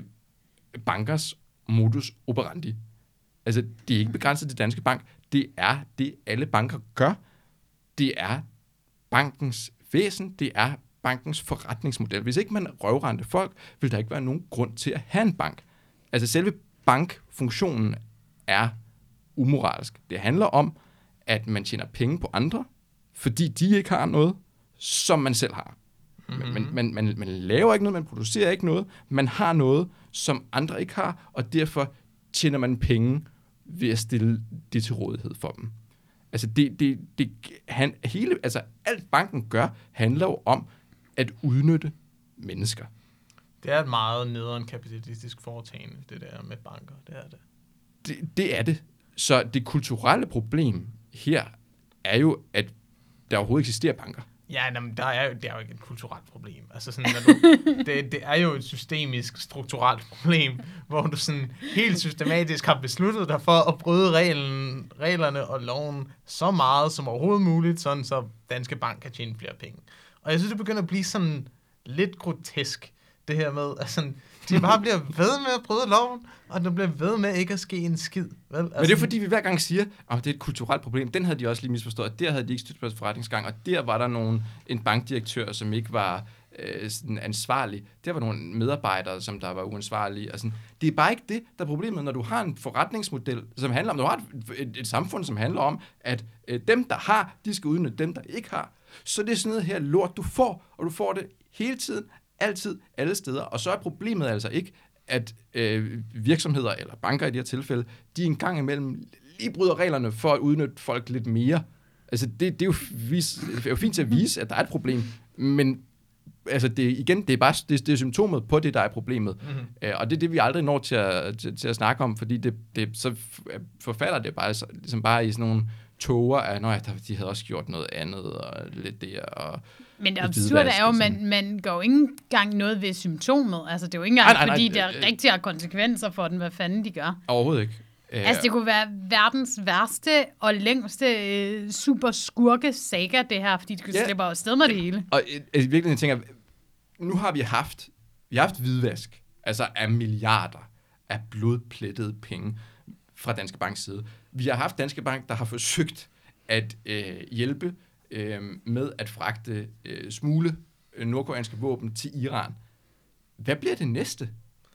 bankers modus operandi. Altså, det er ikke begrænset til Danske Bank. Det er det, alle banker gør. Det er bankens væsen. Det er bankens forretningsmodel. Hvis ikke man røvrende folk, vil der ikke være nogen grund til at have en bank. Altså, selve bankfunktionen er umoralsk. Det handler om, at man tjener penge på andre, fordi de ikke har noget, som man selv har. Mm-hmm. Man, man, man, man laver ikke noget, man producerer ikke noget, man har noget, som andre ikke har, og derfor tjener man penge ved at stille det til rådighed for dem. Altså, det, det, det, han, hele, altså alt banken gør, handler jo om at udnytte mennesker. Det er et meget nederen kapitalistisk foretagende, det der med banker. Det er det. Det, det er det. Så det kulturelle problem her er jo, at der overhovedet eksisterer banker. Ja, jamen, der er jo, det er jo ikke et kulturelt problem. Altså sådan, du, det, det er jo et systemisk, strukturelt problem, hvor du sådan helt systematisk har besluttet dig for at bryde reglen, reglerne og loven så meget som overhovedet muligt, sådan så Danske Bank kan tjene flere penge. Og jeg synes, det begynder at blive sådan lidt grotesk, det her med, at sådan, de bare bliver ved med at bryde loven, og der bliver ved med ikke at ske en skid. Vel? Altså, men det er fordi, vi hver gang siger, at det er et kulturelt problem. Den havde de også lige misforstået, og der havde de ikke styrt på forretningsgang, og der var der nogen, en bankdirektør, som ikke var øh, sådan ansvarlig. Der var nogle medarbejdere, som der var uansvarlige. Og sådan. Det er bare ikke det, der er problemet, når du har en forretningsmodel, som handler om, du har et, et, et samfund, som handler om, at øh, dem, der har, de skal udnytte dem, der ikke har. Så det er sådan noget her lort, du får, og du får det hele tiden, altid, alle steder. Og så er problemet altså ikke, at øh, virksomheder eller banker i det her tilfælde, de en gang imellem lige bryder reglerne for at udnytte folk lidt mere. Altså, det, det, er, jo vis, det er jo fint til at vise, at der er et problem, men altså, det, igen, det er bare det, det er symptomet på det, der er problemet. Mm-hmm. Øh, og det er det, vi aldrig når til at, til, til at snakke om, fordi det, det, så forfalder det bare, ligesom bare i sådan nogle tåger af, nå ja, de havde også gjort noget andet, og lidt der, og men det absurde er jo, at man, man går ikke engang noget ved symptomet. Altså, det er jo ikke engang, nej, nej, fordi nej, det er rigtig har konsekvenser for den, hvad fanden de gør. Overhovedet ikke. Altså, det kunne være verdens værste og længste øh, super skurke saga, det her, fordi de kunne ja. slippe afsted med det hele. Og i virkeligheden jeg tænker nu har vi haft, vi har haft hvidvask, altså af milliarder af blodplettede penge fra Danske Banks side. Vi har haft Danske Bank, der har forsøgt at øh, hjælpe øh, med at fragte øh, smule øh, nordkoreanske våben til Iran. Hvad bliver det næste?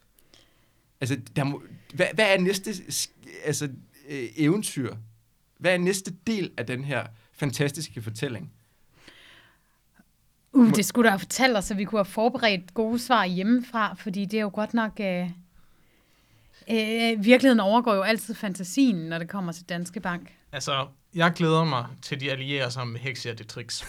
Altså, der må, hvad, hvad er næste altså, øh, eventyr? Hvad er næste del af den her fantastiske fortælling? Uh, det skulle du have fortalt os, så vi kunne have forberedt gode svar hjemmefra, fordi det er jo godt nok... Øh, øh, virkeligheden overgår jo altid fantasien, når det kommer til Danske Bank. Altså, jeg glæder mig til, de allierer sig med Hexia-Detrix.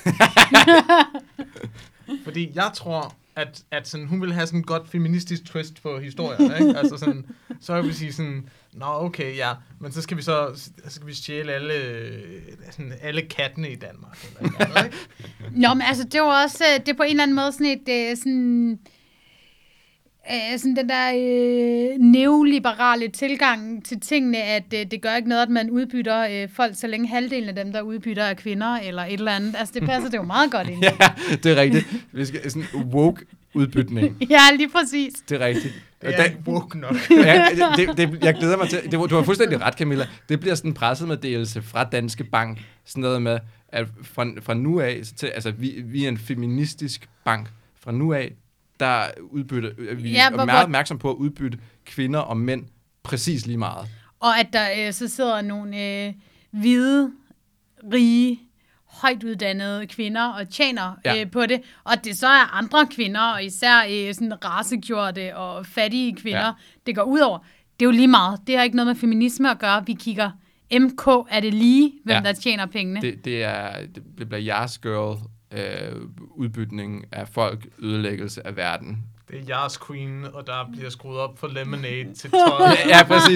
Fordi jeg tror, at, at sådan, hun vil have sådan et godt feministisk twist på historien, ikke? Altså sådan, så vil jeg sige sådan, Nå, okay, ja. Men så skal vi så, så skal vi stjæle alle, sådan, alle kattene i Danmark. Eller noget, ikke? Nå, men altså, det var også, det er på en eller anden måde sådan et, sådan, øh, sådan den der øh, neoliberale tilgang til tingene, at øh, det gør ikke noget, at man udbytter øh, folk, så længe halvdelen af dem, der udbytter, er kvinder, eller et eller andet. Altså, det passer det jo meget godt ind. Ja, det er rigtigt. Vi skal sådan woke udbytning. Ja, lige præcis. Det er rigtigt. Det er ikke woke nok. Ja, det, det, jeg glæder mig til. Det, du har fuldstændig ret, Camilla. Det bliver sådan en pressemeddelelse fra Danske Bank. Sådan noget med, at fra, fra nu af, til, altså vi, vi er en feministisk bank. Fra nu af, der udbytter, vi ja, er hvor, meget opmærksom på at udbytte kvinder og mænd præcis lige meget. Og at der øh, så sidder nogle øh, hvide, rige, højt uddannede kvinder og tjener ja. øh, på det, og det så er andre kvinder, og især øh, sådan racegjorte og fattige kvinder, ja. det går ud over. Det er jo lige meget. Det har ikke noget med feminisme at gøre. Vi kigger M K, er det lige, hvem ja. der tjener pengene? Det, det, er, det bliver jeres girl, øh, udbytning af folk, ødelæggelse af verden. Det er jeres queen, og der bliver skruet op for lemonade til tolv. ja, ja, præcis.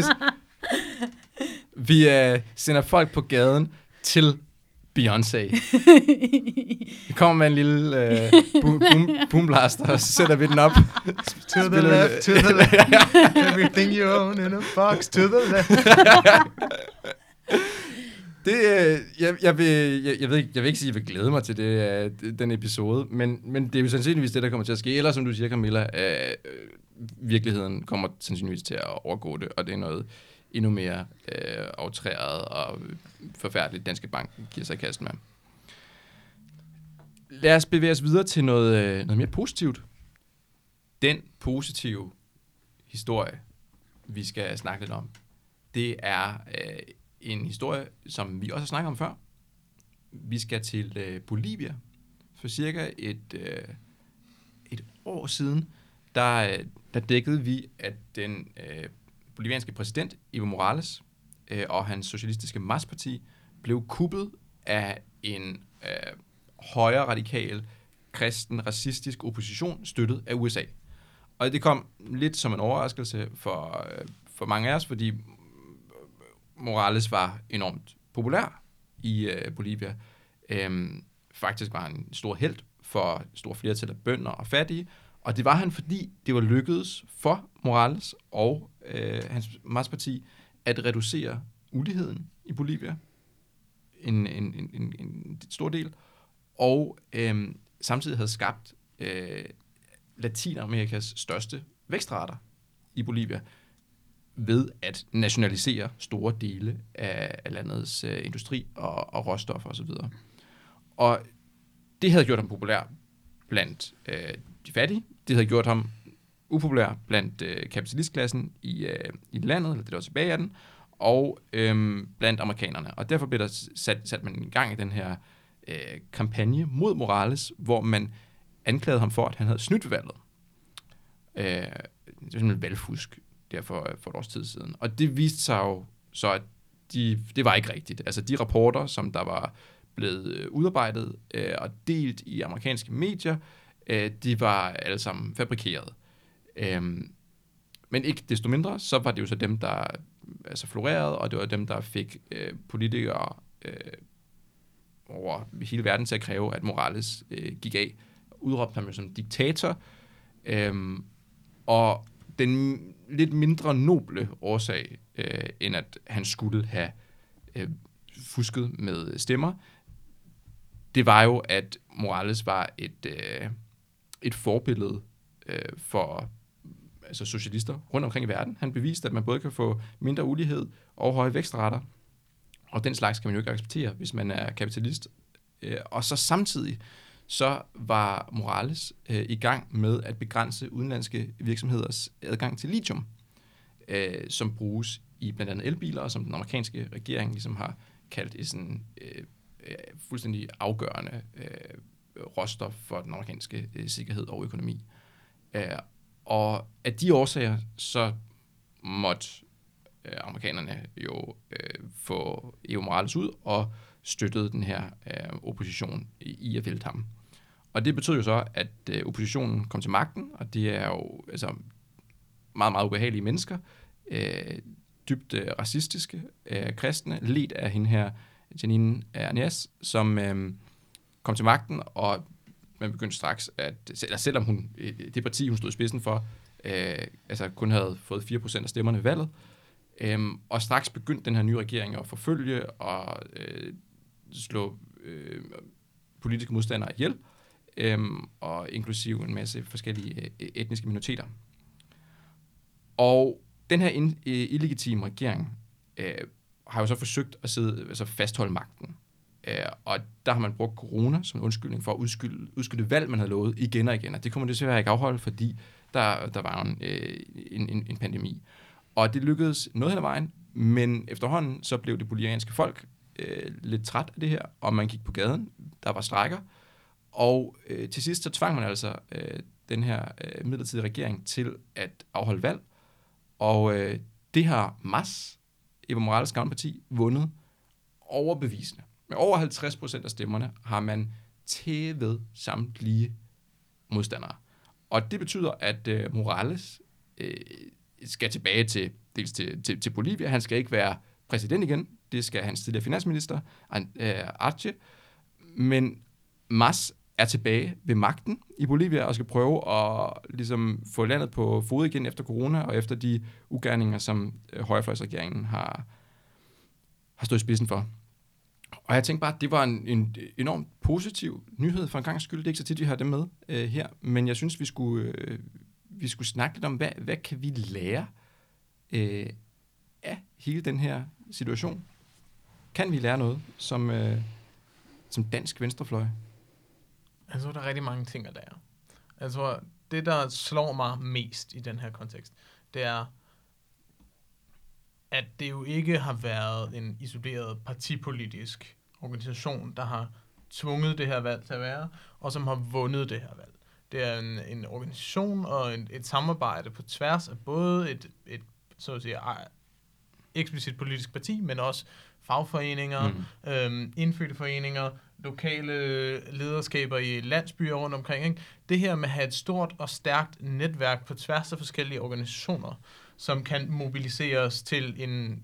Vi øh, sender folk på gaden til Beyoncé. Vi kommer med en lille øh, boom, boom, boomblaster, og så sætter vi den op. To the left, to the left. Everything you own in a box, to the left. det, øh, jeg, jeg, vil, jeg, jeg, ved ikke, jeg vil ikke sige, at jeg vil glæde mig til det, øh, den episode, men, men det er jo sandsynligvis det, der kommer til at ske. Eller som du siger, Camilla, øh, virkeligheden kommer sandsynligvis til at overgå det, og det er noget endnu mere øh, aftræret og forfærdeligt, Danske Bank giver sig i kast med. Lad os bevæge os videre til noget, øh, noget mere positivt. Den positive historie, vi skal snakke lidt om, det er øh, en historie, som vi også har snakket om før. Vi skal til øh, Bolivia. For cirka et, øh, et år siden, der, der dækkede vi, at den øh, bolivianske præsident Evo Morales øh, og hans socialistiske M A S-parti blev kuppet af en øh, højre radikal, kristen, racistisk opposition støttet af U S A. Og det kom lidt som en overraskelse for, øh, for mange af os, fordi Morales var enormt populær i øh, Bolivia. Øhm, faktisk var han en stor helt for stor flertal af bønder og fattige, og det var han, fordi det var lykkedes for Morales og øh, hans M A S-parti at reducere uligheden i Bolivia, en, en, en, en, en stor del, og øh, samtidig havde skabt øh, Latinamerikas største vækstrater i Bolivia ved at nationalisere store dele af, af landets øh, industri og, og råstoffer osv. Og det havde gjort ham populær blandt øh, de fattige. Det havde gjort ham upopulær blandt øh, kapitalistklassen i, øh, i landet, eller det der var tilbage af den, og øh, blandt amerikanerne. Og derfor blev der sat, sat man i gang i den her øh, kampagne mod Morales, hvor man anklagede ham for, at han havde snydt valget. Øh, det var simpelthen valgfusk der for, for et års tid siden. Og det viste sig jo så, at de, det var ikke rigtigt. Altså de rapporter, som der var blevet udarbejdet øh, og delt i amerikanske medier, øh, de var alle sammen fabrikeret. Øhm, men ikke desto mindre, så var det jo så dem, der altså florerede, og det var dem, der fik øh, politikere øh, over hele verden til at kræve, at Morales øh, gik af. Udråbte ham jo som diktator. Øhm, og den lidt mindre noble årsag, øh, end at han skulle have øh, fusket med stemmer, det var jo, at Morales var et, øh, et forbillede øh, for altså socialister rundt omkring i verden. Han beviste, at man både kan få mindre ulighed og høje vækstrater, og den slags kan man jo ikke acceptere, hvis man er kapitalist. Øh, og så samtidig, så var Morales øh, i gang med at begrænse udenlandske virksomheders adgang til lithium, øh, som bruges i blandt andet elbiler, og som den amerikanske regering ligesom har kaldt et sådan øh, øh, fuldstændig afgørende øh, råstof for den amerikanske øh, sikkerhed og økonomi. Øh, og af de årsager, så måtte øh, amerikanerne jo øh, få Evo Morales ud og støttede den her øh, opposition i, i at vælte ham. Og det betød jo så, at øh, oppositionen kom til magten, og det er jo altså, meget, meget ubehagelige mennesker. Øh, dybt øh, racistiske øh, kristne, ledt af hende her, Jeanine Áñez, som øh, kom til magten, og man begyndte straks, at eller selvom hun, det parti, hun stod i spidsen for, øh, altså kun havde fået fire procent af stemmerne ved valget, øh, og straks begyndte den her nye regering at forfølge og øh, slå øh, politiske modstandere ihjel, øh, og inklusive en masse forskellige øh, etniske minoriteter. Og den her in, øh, illegitime regering øh, har jo så forsøgt at sidde, altså fastholde magten. Øh, og der har man brugt corona som en undskyldning for at udskyde, udskyde valg, man havde lovet igen og igen. Og det kommer desværre ikke afholde, fordi der, der var en, øh, en, en, en pandemi. Og det lykkedes noget hen ad vejen, men efterhånden så blev det bolivianske folk øh, lidt træt af det her, og man gik på gaden, der var strejker, og øh, til sidst så tvang man altså øh, den her øh, midlertidige regering til at afholde valg, og øh, det har M A S, Evo Morales' gamle parti, vundet overbevisende. Med over halvtreds procent af stemmerne har man tævet samtlige modstandere. Og det betyder, at øh, Morales øh, skal tilbage til, dels til, til, til Bolivia. Han skal ikke være præsident igen. Det skal hans tidligere finansminister, øh, Arce. Men M A S er tilbage ved magten i Bolivia og skal prøve at ligesom, få landet på fod igen efter corona og efter de ugerninger, som øh, højrefløjsregeringen har, har stået i spidsen for. Og jeg tænkte bare, at det var en, en enormt positiv nyhed for en gang skyld. Det er ikke så tit, vi har det med øh, her, men jeg synes, vi skulle, øh, vi skulle snakke lidt om, hvad, hvad kan vi lære øh, af hele den her situation? Kan vi lære noget som, øh, som dansk venstrefløj? Jeg tror, der er rigtig mange ting at lære. Jeg tror, det, der slår mig mest i den her kontekst, det er, at det jo ikke har været en isoleret partipolitisk organisation, der har tvunget det her valg til at være, og som har vundet det her valg. Det er en, en organisation og en, et samarbejde på tværs af både et, et så at sige, eksplicit politisk parti, men også fagforeninger, mm. øhm, indfødte foreninger, lokale lederskaber i landsbyer rundt omkring. Ikke? Det her med at have et stort og stærkt netværk på tværs af forskellige organisationer, som kan mobiliseres til en,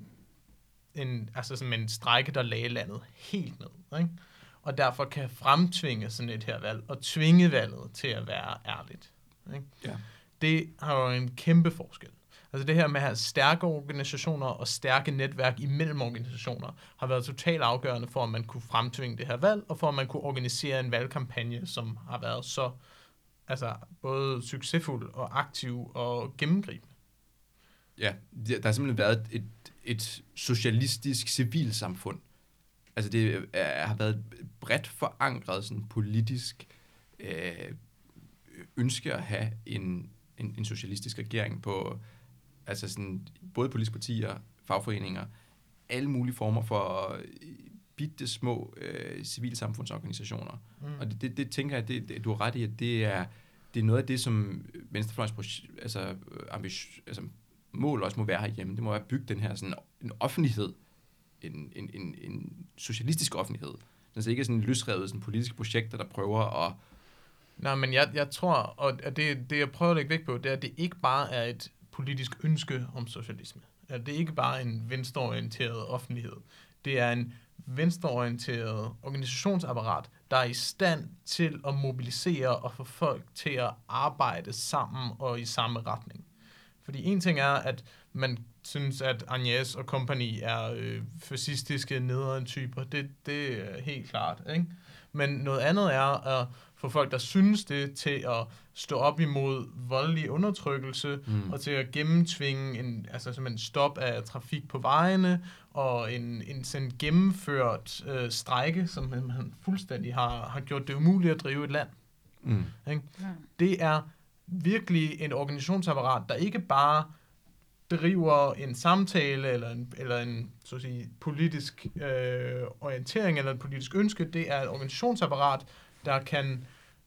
en, altså som en strejke, der lagde landet helt ned. Ikke? Og derfor kan fremtvinge sådan et her valg, og tvinge valget til at være ærligt. Ikke? Ja. Det har jo en kæmpe forskel. Altså det her med at have stærke organisationer og stærke netværk imellem organisationer, har været totalt afgørende for, at man kunne fremtvinge det her valg, og for at man kunne organisere en valgkampagne, som har været så altså, både succesfuld og aktiv og gennemgribende. Ja, der har simpelthen været et, et socialistisk civilsamfund. Altså det er, har været bredt forankret sådan politisk øh, ønske at have en, en, en socialistisk regering på altså sådan både politiske partier, fagforeninger, alle mulige former for bitte små øh, civilsamfundsorganisationer. Mm. Og det, det, det tænker jeg, det, det, du har ret i, at det er, det er noget af det, som venstrefløjens altså, ambition, altså, mål også må være herhjemme. Det må være at bygge den her sådan, en offentlighed, en, en, en, en socialistisk offentlighed. Altså ikke sådan løsrevet sådan politiske projekter, der prøver at... Nej, men jeg, jeg tror, og det, det jeg prøver at lægge vægt på, det er, at det ikke bare er et politisk ønske om socialisme. At det ikke bare er en venstreorienteret offentlighed. Det er en venstreorienteret organisationsapparat, der er i stand til at mobilisere og få folk til at arbejde sammen og i samme retning. Fordi en ting er, at man synes, at Áñez og company er øh, fascistiske nederen typer. Det, det er helt klart. Ikke? Men noget andet er at få folk, der synes det, til at stå op imod voldelig undertrykkelse, mm. og til at gennemtvinge en, altså som en stop af trafik på vejene, og en, en sådan gennemført øh, strejke, som man fuldstændig har, har gjort det umuligt at drive et land. Mm. Ikke? Ja. Det er virkelig en organisationsapparat, der ikke bare driver en samtale eller en, eller en så at sige, politisk øh, orientering eller et politisk ønske. Det er et organisationsapparat, der kan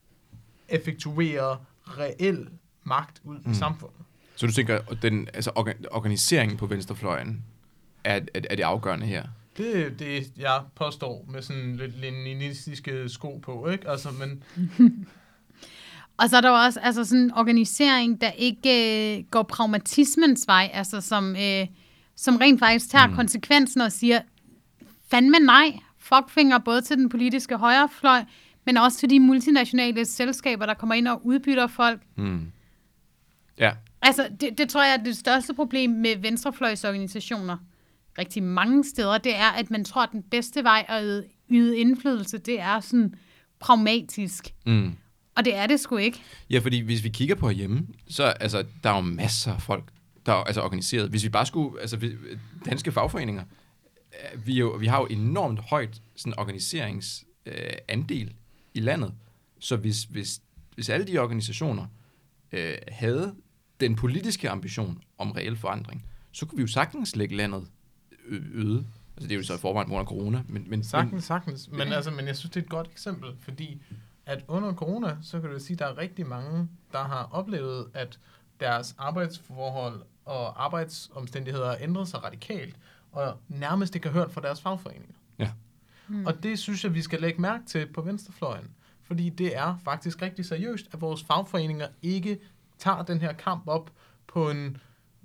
effektuere reel magt ud mm. i samfundet. Så du tænker, at den, altså orga- organiseringen på venstrefløjen er, er, er det afgørende her? Det er det, jeg påstår med sådan lidt leninistiske sko på, ikke? Altså, men... Og så er der jo også altså sådan en organisering, der ikke øh, går pragmatismens vej, altså som, øh, som rent faktisk tager Mm. konsekvensen og siger, fandme nej, fuckfinger både til den politiske højrefløj, men også til de multinationale selskaber, der kommer ind og udbytter folk. Mm. Ja. Altså, det, det tror jeg er det største problem med venstrefløjsorganisationer rigtig mange steder, det er, at man tror, at den bedste vej at yde, yde indflydelse, det er sådan pragmatisk. Mm. Og det er det sgu ikke. Ja, fordi hvis vi kigger på herhjemme, så altså, der er jo masser af folk, der er altså organiseret. Hvis vi bare skulle, altså vi- danske fagforeninger, øh, vi, er jo, vi har jo enormt højt sådan organiseringsandel øh, andel i landet. Så hvis, hvis, hvis alle de organisationer øh, havde den politiske ambition om reel forandring, så kunne vi jo sagtens lægge landet ø- øde. Altså det er jo så i forvejen under corona, men, men Sagtens, sagtens. Men, altså, men jeg synes, det er et godt eksempel, fordi at under corona, så kan du sige, at der er rigtig mange, der har oplevet, at deres arbejdsforhold og arbejdsomstændigheder har ændret sig radikalt, og nærmest ikke har hørt fra deres fagforeninger. Ja. Mm. Og det synes jeg, vi skal lægge mærke til på venstrefløjen, fordi det er faktisk rigtig seriøst, at vores fagforeninger ikke tager den her kamp op på en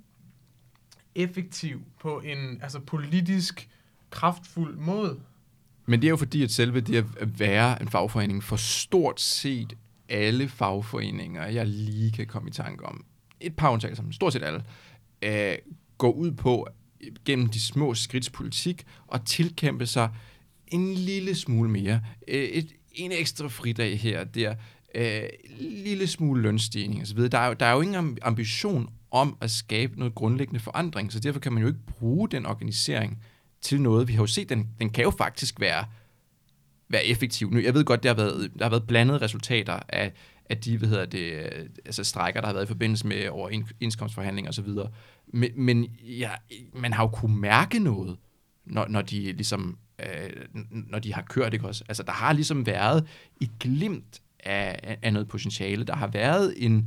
effektiv, på en altså politisk kraftfuld måde. Men det er jo fordi, at selve det at være en fagforening for stort set alle fagforeninger, jeg lige kan komme i tanke om, et par undtagelser, men stort set alle, øh, går ud på gennem de små skridts politik og tilkæmpe sig en lille smule mere. Øh, et, en ekstra fridag her, der, øh, lille smule lønstigning osv. Der er, jo, der er jo ingen ambition om at skabe noget grundlæggende forandring, så derfor kan man jo ikke bruge den organisering til noget. Vi har jo set, den, den kan jo faktisk være, være effektiv. Nu, jeg ved godt, der har været, der har været blandede resultater af, af de, hvad hedder det, altså strækker, der har været i forbindelse med overenskomstforhandlinger osv. Men, men ja, man har jo kunne mærke noget, når, når de ligesom, øh, når de har kørt, ikke også? Altså, der har ligesom været et glimt af, af noget potentiale. Der har været en,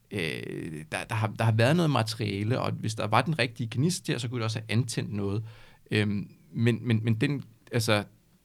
øh, der, der, har, der har været noget materiale, og hvis der var den rigtige gnist der, så kunne det også have antændt noget. Øhm, men, men, men den, altså,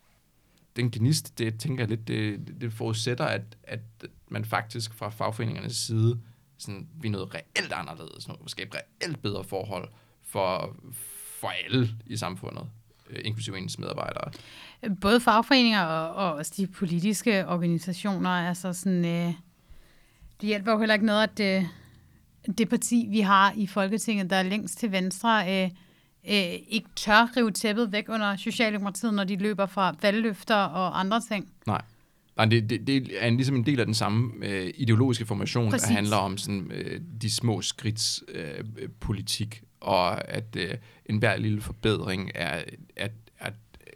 den gnist, det tænker jeg lidt, det, det forudsætter, at, at man faktisk fra fagforeningernes side sådan, vi er noget reelt anderledes, noget, skabe reelt bedre forhold for, for alle i samfundet, øh, inklusive ens medarbejdere. Både fagforeninger og, og også de politiske organisationer, altså sådan, øh, det hjælper jo heller ikke noget, at det, det parti, vi har i Folketinget, der er længst til venstre, øh, øh, ikke tør rive tæppet væk under Socialdemokratiet, når de løber fra valgløfter og andre ting. Nej. Nej, det, det, det er ligesom en del af den samme øh, ideologiske formation, Præcis. Der handler om sådan, øh, de små skridts øh, politik, og at øh, enhver lille forbedring er at, at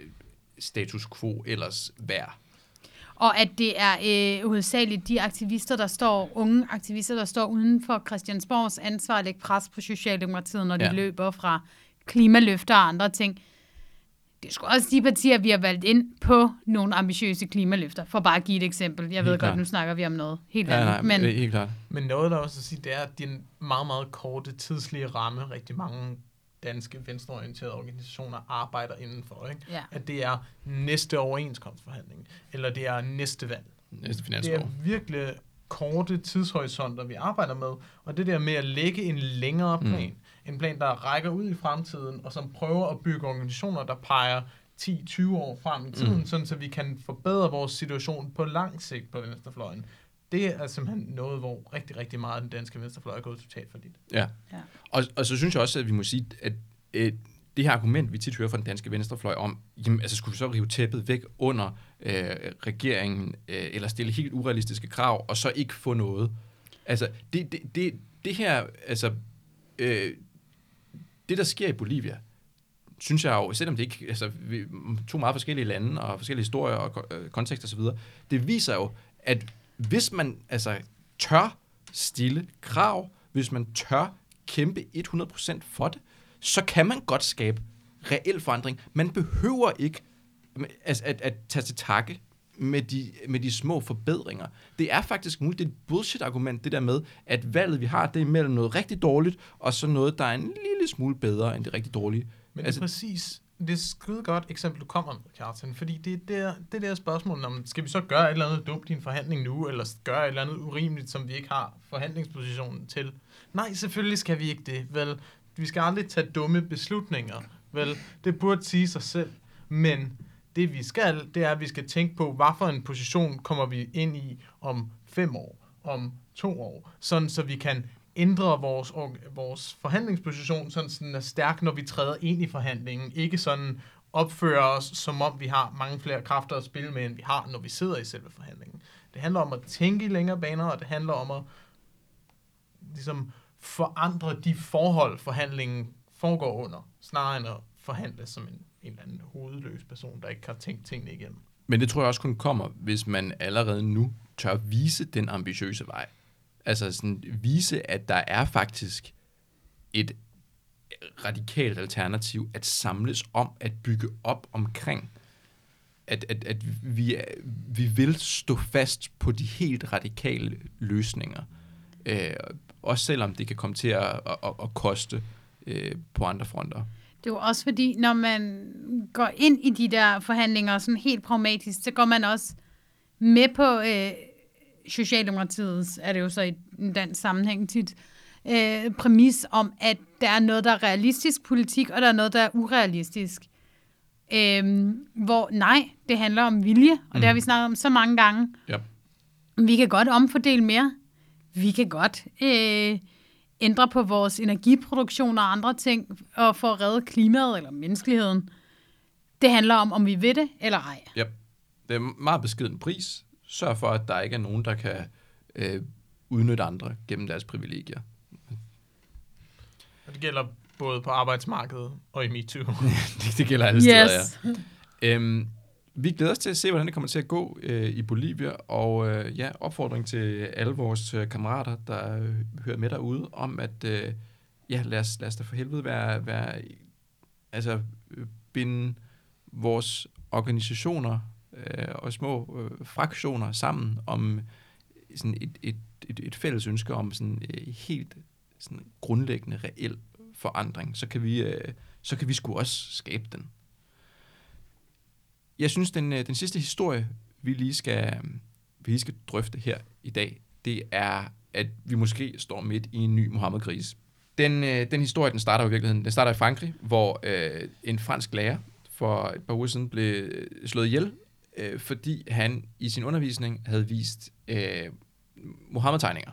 status quo ellers værd. Og at det er øh, hovedsageligt de aktivister, der står, unge aktivister, der står uden for Christiansborgs ansvar at lægge pres på Socialdemokratiet, når de ja. løber fra klimaløfter og andre ting. Det er sgu også de partier, vi har valgt ind på nogle ambitiøse klimaløfter, for bare at give et eksempel. Jeg helt ved klart. Godt, nu snakker vi om noget helt ja, andet. Nej, men, helt klart. Men noget, der også at sige, det er, at din meget, meget korte tidslige ramme, rigtig mange danske venstreorienterede organisationer arbejder indenfor, ikke? Ja. At det er næste overenskomstforhandling, eller det er næste valg. Næste finanslov. Det er virkelig korte tidshorisonter, vi arbejder med, og det der med at lægge en længere plan, mm. en plan, der rækker ud i fremtiden, og som prøver at bygge organisationer, der peger ti til tyve år frem i tiden, mm. sådan så vi kan forbedre vores situation på lang sigt på venstrefløjen. Det er simpelthen noget, hvor rigtig, rigtig meget af den danske venstrefløj er gået totalt for dit. Ja, ja. Og, og så synes jeg også, at vi må sige, at øh, det her argument, vi tit hører fra den danske venstrefløj om, jamen, altså skulle vi så rive tæppet væk under øh, regeringen, øh, eller stille helt urealistiske krav, og så ikke få noget. Altså, det, det, det, det her, altså, øh, det der sker i Bolivia, synes jeg jo, selvom det ikke, altså, vi, to meget forskellige lande, og forskellige historier og øh, kontekster osv., det viser jo, at hvis man altså tør stille krav, hvis man tør kæmpe hundrede procent for det, så kan man godt skabe reel forandring. Man behøver ikke at, at, at tage til takke med de, med de små forbedringer. Det er faktisk muligt. Det er et bullshit-argument, det der med, at valget, vi har, det er mellem noget rigtig dårligt, og så noget, der er en lille smule bedre end det rigtig dårlige. Men altså, det er præcis, det er et skide godt eksempel, du kommer med, Kjartan, fordi det er der, det der spørgsmål, om skal vi så gøre et eller andet dumt i en forhandling nu, eller gøre et eller andet urimeligt, som vi ikke har forhandlingspositionen til? Nej, selvfølgelig skal vi ikke det, vel? vi skal aldrig tage dumme beslutninger. Vel, det burde sige sig selv. Men det vi skal, det er, at vi skal tænke på, hvad for en position kommer vi ind i om fem år, om to år, sådan så vi kan ændre vores, vores forhandlingsposition, sådan så den er stærk, når vi træder ind i forhandlingen. Ikke sådan opføre os, som om vi har mange flere kræfter at spille med, end vi har, når vi sidder i selve forhandlingen. Det handler om at tænke i længere baner, og det handler om at ligesom forandre de forhold, forhandlingen foregår under, snarere end at forhandle som en, en eller anden hovedløs person, der ikke har tænkt tingene igennem. Men det tror jeg også kun kommer, hvis man allerede nu tør vise den ambitiøse vej. Altså sådan vise, at der er faktisk et radikalt alternativ at samles om, at bygge op omkring. At, at, at vi, vi vil stå fast på de helt radikale løsninger. Øh, også selvom det kan komme til at, at, at, at koste øh, på andre fronter. Det er jo også fordi, når man går ind i de der forhandlinger sådan helt pragmatisk, så går man også med på øh, Socialdemokratiets, er det jo så i en dansk sammenhæng tit, øh, præmis om, at der er noget, der er realistisk politik, og der er noget, der er urealistisk. Øh, hvor nej, det handler om vilje, og mm. det har vi snakket om så mange gange. Yep. Vi kan godt omfordele mere. Vi kan godt øh, ændre på vores energiproduktion og andre ting, og få at redde klimaet eller menneskeligheden. Det handler om, om vi vil det eller ej. Yep. Det er meget beskeden pris. Sørg for, at der ikke er nogen, der kan øh, udnytte andre gennem deres privilegier. Og det gælder både på arbejdsmarkedet og i MeToo. det, det gælder alle yes. steder, ja. Øhm, vi glæder os til at se, hvordan det kommer til at gå øh, i Bolivia, og øh, ja, opfordring til alle vores øh, kammerater, der øh, hører med derude, om at øh, ja, lad os, lad os da for helvede være, være altså øh, binde vores organisationer øh, og små øh, fraktioner sammen om sådan et, et, et, et fælles ønske om sådan øh, helt sådan grundlæggende reel forandring, så kan vi øh, så kan vi sgu også skabe den. Jeg synes, den, den sidste historie, vi lige, skal, vi lige skal drøfte her i dag, det er, at vi måske står midt i en ny Mohammed-krise. Den, den historie, den starter i virkeligheden, den starter i Frankrig, hvor øh, en fransk lærer for et par uger siden blev slået ihjel, øh, fordi han i sin undervisning havde vist øh, Mohammed-tegninger.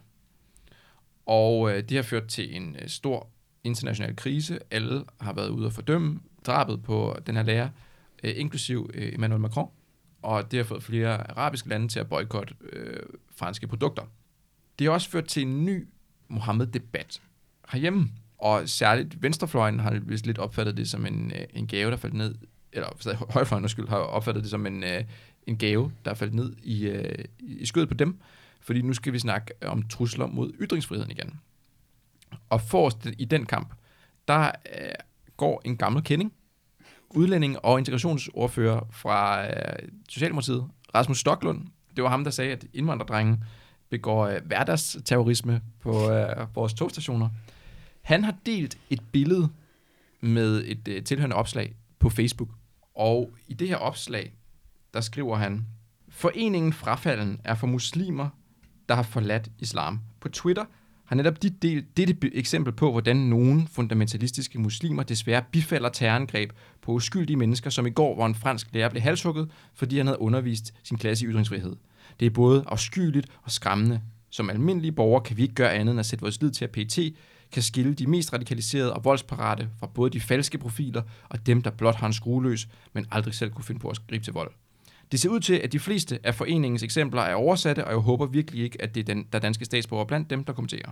Og øh, det har ført til en øh, stor international krise. Alle har været ude at fordømme drabet på den her lærer, øh, inklusiv øh, Emmanuel Macron, og det har fået flere arabiske lande til at boykotte øh, franske produkter. Det har også ført til en ny Mohammed-debat herhjemme, og særligt venstrefløjen har vist lidt opfattet det som en, øh, en gave, der faldt ned, eller højrefløjen skyld har opfattet det som en, øh, en gave, der faldt ned i, øh, i skødet på dem, fordi nu skal vi snakke om trusler mod ytringsfriheden igen. Og forrest i den kamp, der øh, går en gammel kending, udlænding og integrationsordfører fra øh, Socialdemokratiet, Rasmus Stoklund. Det var ham, der sagde, at indvandrerdrenge begår øh, hverdagsterrorisme på øh, vores togstationer. Han har delt et billede med et øh, tilhørende opslag på Facebook. Og i det her opslag, der skriver han, foreningen Frafalden er for muslimer, der har forladt islam. På Twitter har netop de delt dette eksempel på, hvordan nogle fundamentalistiske muslimer desværre bifalder terrorangreb på uskyldige mennesker, som i går, hvor en fransk lærer blev halshugget, fordi han havde undervist sin klasse i ytringsfrihed. Det er både afskyeligt og skræmmende. Som almindelige borgere kan vi ikke gøre andet end at sætte vores lid til, at P E T kan skille de mest radikaliserede og voldsparate fra både de falske profiler og dem, der blot har en skrueløs, men aldrig selv kunne finde på at gribe til vold. Det ser ud til, at de fleste af foreningens eksempler er oversatte, og jeg håber virkelig ikke, at det er den, der er danske statsborgere blandt dem, der kommenterer.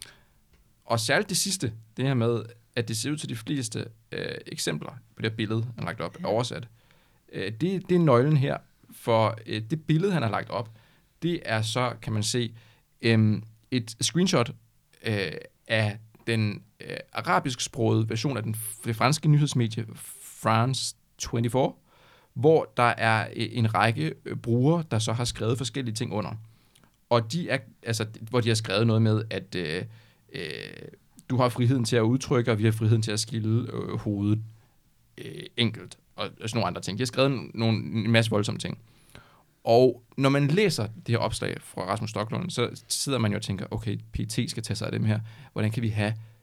Og særligt det sidste, det her med, at det ser ud til, at de fleste øh, eksempler på det billede, han har lagt op, er oversat. Øh, det, det er nøglen her, for øh, det billede, han har lagt op, det er så, kan man se, øh, et screenshot øh, af den øh, arabisk-sprogede version af den, det franske nyhedsmedie France toogtyve, hvor der er en række brugere, der så har skrevet forskellige ting under. Og de er, altså, hvor de har skrevet noget med, at øh, øh, du har friheden til at udtrykke, og vi har friheden til at skille øh, hovedet øh, enkelt, og, og sådan nogle andre ting. De har skrevet nogle, en masse voldsomme ting. Og når man læser det her opslag fra Rasmus Stoklund, så sidder man jo og tænker, okay, P E T skal tage sig af dem her. Hvordan kan vi have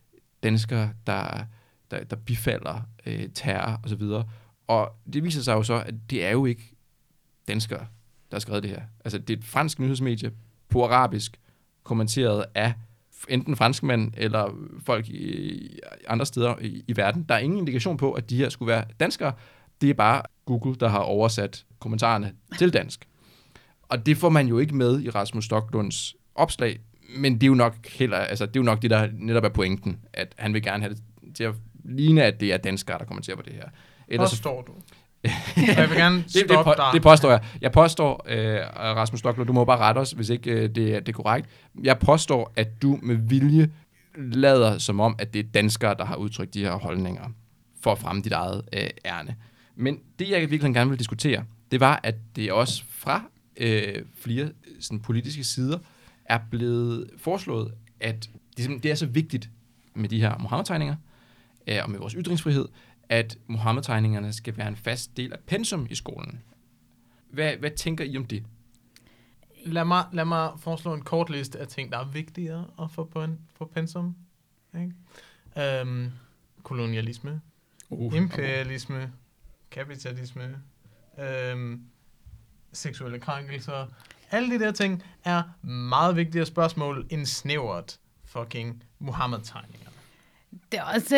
danskere, der, der, der bifalder øh, terror og så videre. Og det viser sig jo så, at det er jo ikke danskere, der har skrevet det her. Altså, det er et fransk nyhedsmedie på arabisk, kommenteret af enten franskmænd eller folk i andre steder i, i verden. Der er ingen indikation på, at de her skulle være danskere. Det er bare Google, der har oversat kommentarerne til dansk. Og det får man jo ikke med i Rasmus Stoklunds opslag, men det er jo nok heller, altså det er jo nok det, der netop er pointen, at han vil gerne have det til at ligne, at det er danskere, der kommenterer på det her. Ellers påstår du? Jeg vil gerne stoppe det, det, dig. Det påstår jeg. Jeg påstår, øh, Rasmus Stoklund, du må bare rette os, hvis ikke øh, det, det er korrekt. Jeg påstår, at du med vilje lader som om, at det er danskere, der har udtrykt de her holdninger for at fremme dit eget øh, ærne. Men det, jeg virkelig gerne vil diskutere, det var, at det også fra øh, flere sådan, politiske sider er blevet foreslået, at det, det er så vigtigt med de her Muhammed-tegninger øh, og med vores ytringsfrihed, at Muhammed-tegningerne skal være en fast del af pensum i skolen. Hvad, hvad tænker I om det? Lad mig, lad mig foreslå en kort liste af ting, der er vigtigere at få på, en, på pensum. Ikke? Um, kolonialisme, uh, imperialisme, okay. kapitalisme, um, seksuelle krænkelser. Alle de der ting er meget vigtigere spørgsmål end snævert fucking Muhammed-tegninger. Det er også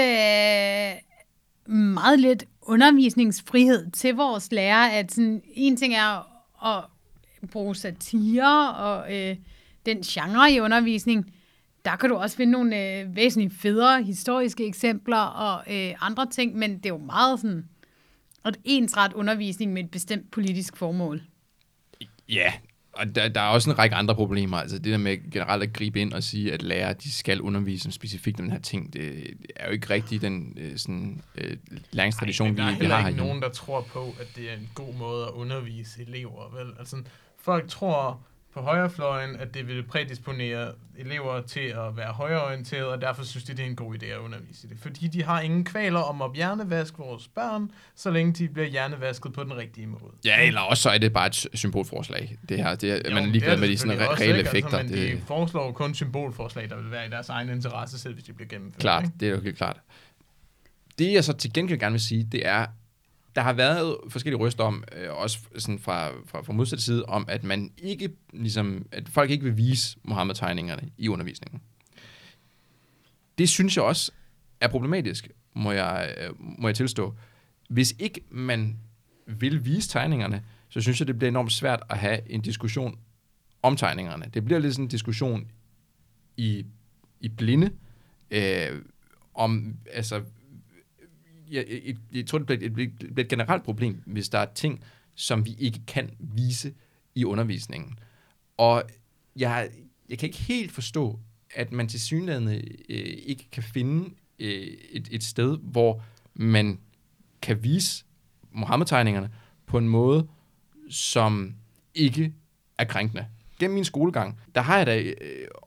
øh, meget lidt undervisningsfrihed til vores lærere, at sådan, en ting er at bruge satire og øh, den genre i undervisning. Der kan du også finde nogle øh, væsentligt federe historiske eksempler og øh, andre ting, men det er jo meget sådan et ensret undervisning med et bestemt politisk formål. Ja, og der, der er også en række andre problemer. Altså det der med generelt at gribe ind og sige, at lærere de skal undervise specifikt om den her ting, det er jo ikke rigtig den øh, sådan, øh, læringstradition, vi, vi har herhjemme. Der er ikke nogen, der tror på, at det er en god måde at undervise elever. Vel? Altså, folk tror på højrefløjen, at det vil prædisponere elever til at være højreorienterede, og derfor synes de, det er en god idé at undervise i det. Fordi de har ingen kvaler om at hjernevaske vores børn, så længe de bliver hjernevasket på den rigtige måde. Ja, eller også så er det bare et symbolforslag. Det her, det er, jo, man er ligeglad med de sådan re- reelle effekter. Altså, men det... de foreslår kun symbolforslag, der vil være i deres egen interesse, selv hvis de bliver gennemført. Klart, ikke? det er jo helt klart. Det jeg så til gengæld gerne vil sige, det er, der har været forskellige røster om, øh, også sådan fra, fra, fra modsatte side, om at man ikke, ligesom, at folk ikke vil vise Muhammed-tegningerne i undervisningen. Det synes jeg også er problematisk, må jeg, øh, må jeg tilstå. Hvis ikke man vil vise tegningerne, så synes jeg, det bliver enormt svært at have en diskussion om tegningerne. Det bliver lidt sådan en diskussion i, i blinde, øh, om, altså, Jeg, jeg, jeg tror, det bliver, et, det bliver et generelt problem, hvis der er ting, som vi ikke kan vise i undervisningen. Og jeg, jeg kan ikke helt forstå, at man til synligheden øh, ikke kan finde øh, et, et sted, hvor man kan vise Muhammed-tegningerne på en måde, som ikke er krænkende. Gennem min skolegang, der har jeg da øh,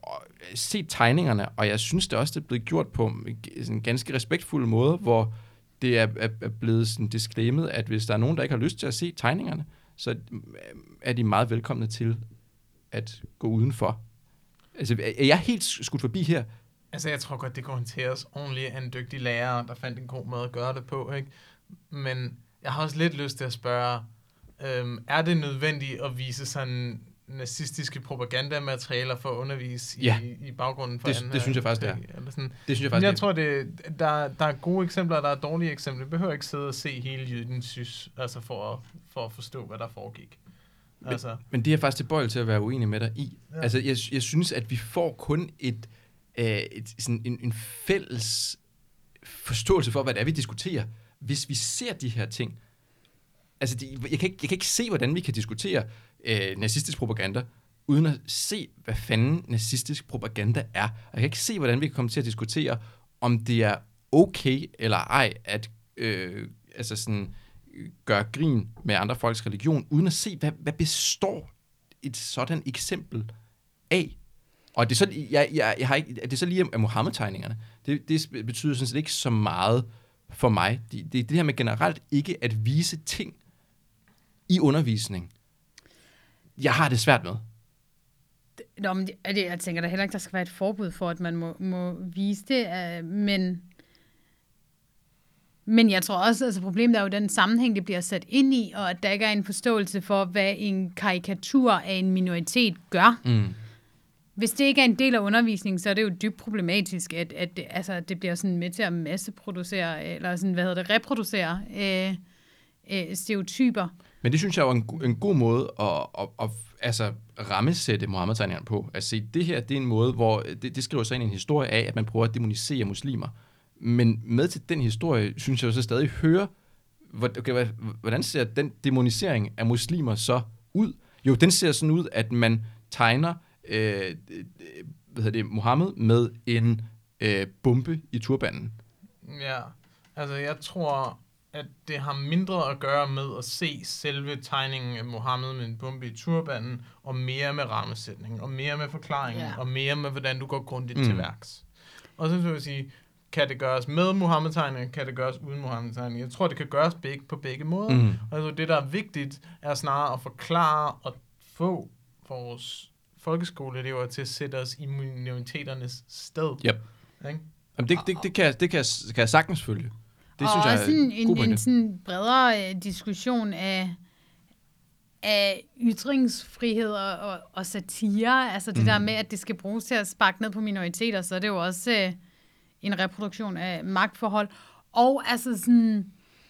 set tegningerne, og jeg synes det også, det er blevet gjort på en ganske respektfuld måde, hvor det er, er, er blevet sådan disclaimet, at hvis der er nogen, der ikke har lyst til at se tegningerne, så er de meget velkomne til at gå udenfor. Altså, er jeg helt skudt forbi her? Altså, jeg tror godt, det kunne håndteres ordentligt af en dygtig lærer, der fandt en god måde at gøre det på, ikke? Men jeg har også lidt lyst til at spørge, øhm, er det nødvendigt at vise sådan nazistiske propagandamaterialer for at undervise ja. i, i baggrunden for det, anden, det synes jeg faktisk, det er. Eller sådan. Det synes jeg faktisk, jeg det tror, det, der, der er gode eksempler, der er dårlige eksempler. Vi behøver ikke sidde og se hele jyden sys, altså for at, for at forstå, hvad der foregik. Altså. Men, men det er faktisk tilbøjelig til at være uenig med dig i. Ja. Altså, jeg, jeg synes, at vi får kun et, øh, et, sådan en, en fælles forståelse for, hvad det er, vi diskuterer, hvis vi ser de her ting. Altså, de, jeg, kan ikke, jeg kan ikke se, hvordan vi kan diskutere øh, nazistisk propaganda, uden at se, hvad fanden nazistisk propaganda er. Og jeg kan ikke se, hvordan vi kan komme til at diskutere, om det er okay eller ej, at øh, altså sådan, gøre grin med andre folks religion, uden at se, hvad, hvad består et sådan eksempel af. Og det er så, jeg, jeg, jeg har ikke, det er så lige af Muhammed-tegningerne. Det, det betyder sådan set ikke så meget for mig. Det, det er det her med generelt ikke at vise ting i undervisning. Jeg har det svært med. Nå, men det, jeg tænker da heller ikke, der skal være et forbud for, at man må, må vise det, uh, men, men jeg tror også, altså problemet er jo den sammenhæng, det bliver sat ind i, og at der ikke er en forståelse for, hvad en karikatur af en minoritet gør. Mm. Hvis det ikke er en del af undervisningen, så er det jo dybt problematisk, at, at det, altså, det bliver sådan med til at masseproducere, eller sådan, hvad hedder det, reproducere øh, øh, stereotyper. Men det synes jeg er en, en god måde at, at, at altså, rammesætte Muhammed-tegningerne på. Altså, det her, det er en måde, hvor det, det skriver sig ind i en historie af, at man prøver at demonisere muslimer. Men med til den historie, synes jeg jo så stadig høre, okay, hvordan ser den demonisering af muslimer så ud? Jo, den ser sådan ud, at man tegner øh, hvad hedder det, Muhammed med en øh, bombe i turbanen. Ja, altså jeg tror, at det har mindre at gøre med at se selve tegningen af Muhammed med en bombe i turbanen, og mere med rammesætning, og mere med forklaringen, yeah. og mere med, hvordan du går grundigt mm. til værks. Og så vil jeg sige, kan det gøres med Muhammed-tegning, kan det gøres uden Muhammed-tegning? Jeg tror, det kan gøres begge, på begge måder. Mm. Altså det, der er vigtigt, er snarere at forklare og få vores folkeskoleelever til at sætte os i minoriteternes sted. Yep. Ikke? Jamen, det, det, det, kan, det kan, jeg, kan jeg sagtens følge. Det og synes jeg også en, en, en sådan bredere uh, diskussion af, af ytringsfrihed og, og, og satire. Altså det mm. der med, at det skal bruges til at sparke ned på minoriteter, så er det jo også uh, en reproduktion af magtforhold. Og altså sådan...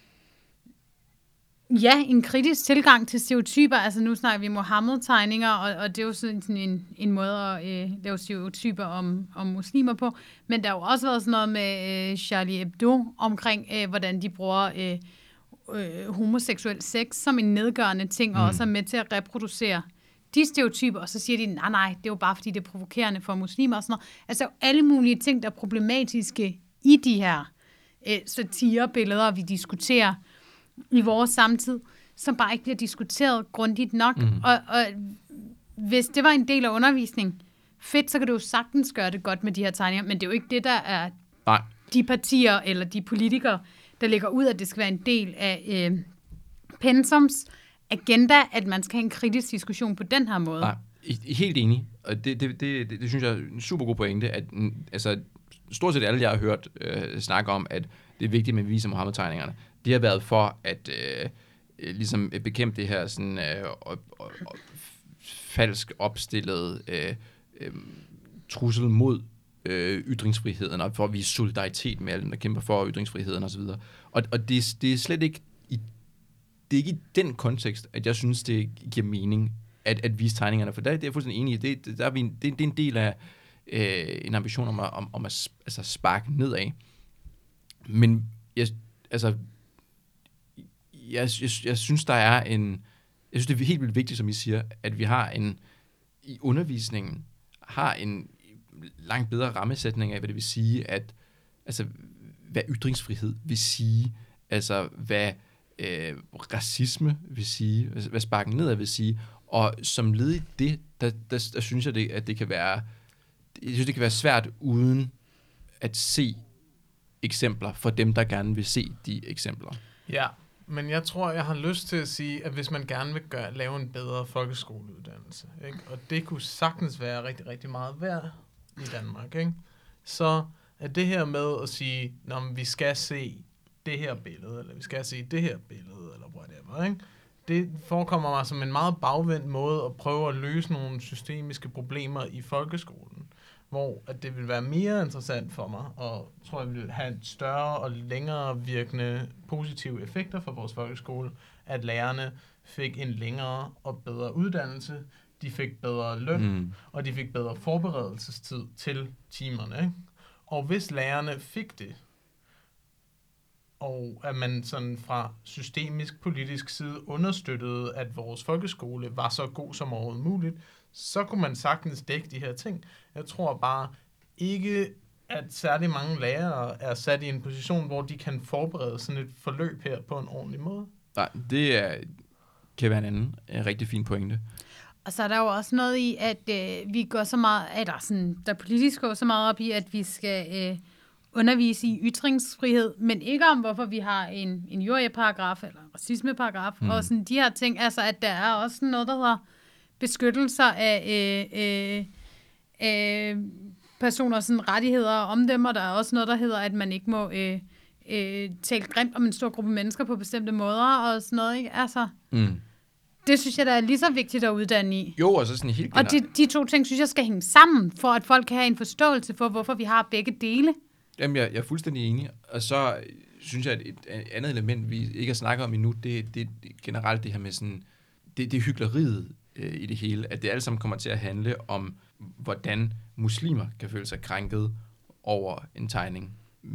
Ja, en kritisk tilgang til stereotyper. Altså nu snakker vi Muhammed-tegninger, og, og det er jo sådan en, en måde at øh, lave stereotyper om, om muslimer på. Men der har jo også været sådan noget med øh, Charlie Hebdo omkring, øh, hvordan de bruger øh, øh, homoseksuel sex som en nedgørende ting, mm. og også er med til at reproducere de stereotyper. Og så siger de, nej, nej, det er jo bare fordi, det er provokerende for muslimer og sådan noget. Altså alle mulige ting, der er problematiske i de her øh, satirebilleder, vi diskuterer i vores samtid, som bare ikke bliver diskuteret grundigt nok. Mm. Og, og hvis det var en del af undervisning, fedt, så kan du jo sagtens gøre det godt med de her tegninger, men det er jo ikke det, der er Nej. de partier eller de politikere, der lægger ud, at det skal være en del af øh, pensums agenda, at man skal have en kritisk diskussion på den her måde. Nej, helt enig. Og det, det, det, det, det synes jeg er en super god pointe, at altså, stort set alle, jeg har hørt øh, snakke om, at det er vigtigt, at vi viser Muhammed-tegningerne. Det har været for at øh, ligesom bekæmpe det her sådan øh, og, og, og falsk opstillet øh, øh, trussel mod øh, ytringsfriheden, og for at vise solidaritet med alle, der kæmper for ytringsfriheden osv. Og, og det, det er slet ikke i, det er ikke i den kontekst, at jeg synes, det giver mening at, at vise tegningerne, for der, det er jeg fuldstændig enig i. Det, der er vi en, det, det er en del af øh, en ambition om at, om, om at altså sparke nedad. Men jeg, altså Jeg, jeg, jeg synes, der er en... Jeg synes, det er helt vildt vigtigt, som I siger, at vi har en... I undervisningen har en langt bedre rammesætning af, hvad det vil sige, at... Altså, hvad ytringsfrihed vil sige. Altså, hvad øh, racisme vil sige. Hvad sparken nedad vil sige. Og som led i det, der, der, der synes jeg, det, at det kan være... Jeg synes, det kan være svært uden at se eksempler for dem, der gerne vil se de eksempler. Ja. Men jeg tror, jeg har lyst til at sige, at hvis man gerne vil gøre, lave en bedre folkeskoleuddannelse, ikke? Og det kunne sagtens være rigtig, rigtig meget værd i Danmark, ikke? Så er det her med at sige, at vi skal se det her billede, eller vi skal se det her billede, eller whatever, ikke? Det forekommer mig som en meget bagvendt måde at prøve at løse nogle systemiske problemer i folkeskolen, hvor at det vil være mere interessant for mig, og tror jeg vil have større og længere virkende positive effekter for vores folkeskole, at lærerne fik en længere og bedre uddannelse, de fik bedre løn, mm. og de fik bedre forberedelsestid til timerne. Ikke? Og hvis lærerne fik det, og at man sådan fra systemisk politisk side understøttede, at vores folkeskole var så god som overhovedet muligt, så kunne man sagtens dække de her ting. Jeg tror bare ikke, at særlig mange lærere er sat i en position, hvor de kan forberede sådan et forløb her på en ordentlig måde. Nej, det er, kan være en anden en rigtig fin pointe. Og så er der jo også noget i, at øh, vi går så meget, at der, sådan, der politisk går så meget op i, at vi skal øh, undervise i ytringsfrihed, men ikke om, hvorfor vi har en, en injurieparagraf eller en racismeparagraf, mm. og sådan de her ting. Altså, at der er også noget, der hedder beskyttelser af øh, øh, øh, personers sådan, rettigheder om dem, og der er også noget, der hedder, at man ikke må øh, øh, tale grimt om en stor gruppe mennesker på bestemte måder, og sådan noget, ikke? Altså, Mm. det synes jeg, der er lige så vigtigt at uddanne i. Jo, og så sådan helt Og de, de to ting, synes jeg, skal hænge sammen, for at folk kan have en forståelse for, hvorfor vi har begge dele. Jamen, jeg, jeg er fuldstændig enig. Og så synes jeg, at et, et andet element, vi ikke har snakket om endnu, det, det er generelt det her med sådan, det, det er hykleriet øh, i det hele, at det alle sammen kommer til at handle om, hvordan muslimer kan føle sig krænket over en tegning.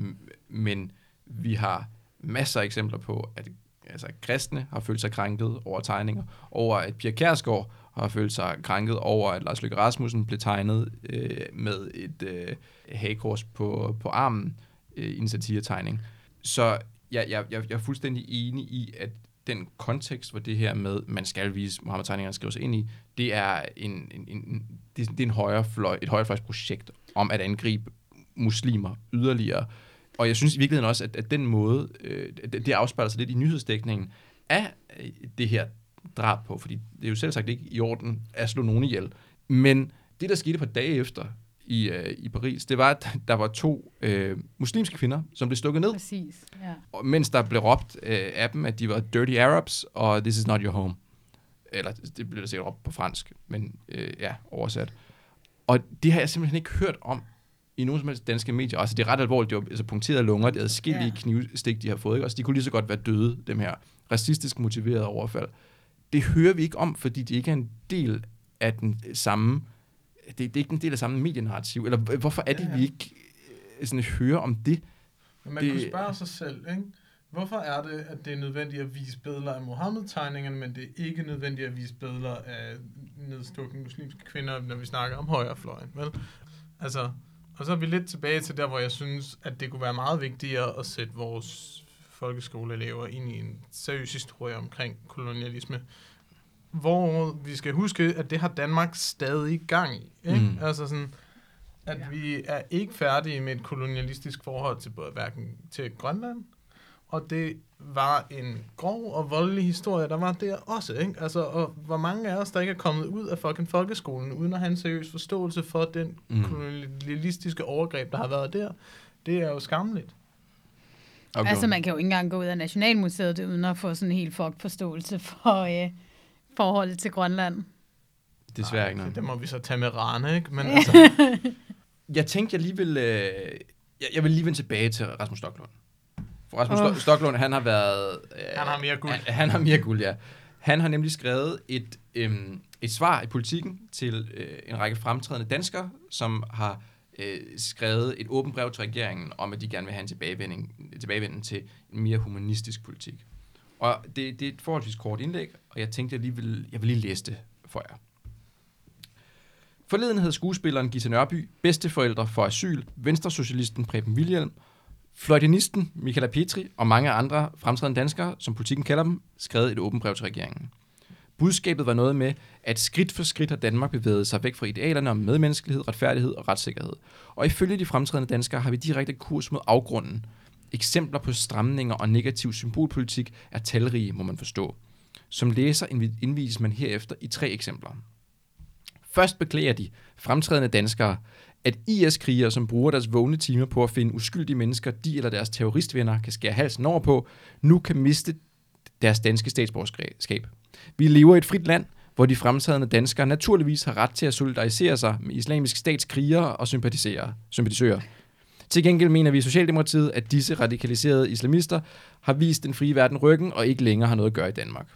Men vi har masser af eksempler på, at altså, kristne har følt sig krænket over tegninger, over at Pia Kjærsgaard har følt sig krænket over, at Lars Løkke Rasmussen blev tegnet øh, med et øh, hagekors på, på armen øh, i en satiretegning. Så jeg, jeg, jeg er fuldstændig enig i, at den kontekst, hvor det her med, man skal vise Muhammed-tegningerne skriver sig ind i, det er, en, en, en, det, det er en højrefløj, et højrefløjsprojekt om at angribe muslimer yderligere. Og jeg synes i virkeligheden også, at, at den måde, øh, det afspejler sig lidt i nyhedsdækningen af det her drab på, fordi det er jo selvsagt ikke i orden at slå nogen ihjel. Men det, der skete et par dage efter i, øh, i Paris, det var, at der var to øh, muslimske kvinder, som blev stukket ned. Præcis, ja. Og mens der blev råbt øh, af dem, at de var dirty Arabs, og this is not your home. Eller det blev der sikkert råbt på fransk, men øh, ja, oversat. Og det har jeg simpelthen ikke hørt om i nogen som helst danske medier. Altså, det er ret alvorligt. Det var altså, punkterede lunger, det havde skillige ja. knivstik, de har fået. Ikke? Altså, de kunne lige så godt være døde, dem her racistisk motiverede overfald. Det hører vi ikke om, fordi det ikke er en del af den samme... Det, det er ikke en del af samme medienarrativ. Eller hvorfor er det, ja, ja. vi ikke sådan, hører om det? Men man det... kunne spørge sig selv, ikke? Hvorfor er det, at det er nødvendigt at vise billeder af Mohammed-tegningerne, men det er ikke nødvendigt at vise billeder af nedstukkende muslimske kvinder, når vi snakker om højrefløjen, vel? Altså... Og så er vi lidt tilbage til der, hvor jeg synes, at det kunne være meget vigtigere at sætte vores folkeskoleelever ind i en seriøs historie omkring kolonialisme, hvor vi skal huske, at det har Danmark stadig gang i. Ikke? Mm. Altså sådan, at ja. vi er ikke færdige med et kolonialistisk forhold til både hverken til Grønland, og det var en grov og voldelig historie, der var der også, ikke? Altså, og hvor mange af os, der ikke er kommet ud af fucking folkeskolen, uden at have en seriøs forståelse for den mm. kolonialistiske overgreb, der har været der, det er jo skamligt. Okay. Altså, man kan jo ikke engang gå ud af Nationalmuseet, uden at få sådan en helt fuck forståelse for øh, forholdet til Grønland. Desværre ikke noget. Det må vi så tage med Rane, ikke? Men altså... Jeg tænkte, jeg lige vil, øh, jeg, jeg vil lige vende tilbage til Rasmus Stoklund. For Rasmus oh. Stoklund, han har været... Øh, han har mere guld. Han, han har mere guld, ja. Han har nemlig skrevet et, øh, et svar i Politikken til øh, en række fremtrædende danskere, som har øh, skrevet et åbent brev til regeringen om, at de gerne vil have en tilbagevending, tilbagevending til en mere humanistisk politik. Og det, det er et forholdsvis kort indlæg, og jeg tænkte, at jeg, lige vil, jeg vil lige læse det for jer. Forleden havde skuespilleren Gita Nørby, bedsteforældre for asyl, venstresocialisten Preben Wilhjelm, fløjtenisten Michaela Petri og mange andre fremtrædende danskere, som Politikken kalder dem, skrevet et åbent brev til regeringen. Budskabet var noget med, at skridt for skridt har Danmark bevæget sig væk fra idealerne om medmenneskelighed, retfærdighed og retssikkerhed. Og ifølge de fremtrædende danskere har vi direkte kurs mod afgrunden. Eksempler på stramninger og negativ symbolpolitik er talrige, må man forstå. Som læser indvises man herefter i tre eksempler. Først beklager de fremtrædende danskere, at I S-krigere, som bruger deres vågne timer på at finde uskyldige mennesker, de eller deres terroristvenner kan skære halsen over på, nu kan miste deres danske statsborgerskab. Vi lever i et frit land, hvor de fremtrædende danskere naturligvis har ret til at solidarisere sig med islamisk statskrigere og sympatisører. Til gengæld mener vi i Socialdemokratiet, at disse radikaliserede islamister har vist den frie verden ryggen og ikke længere har noget at gøre i Danmark.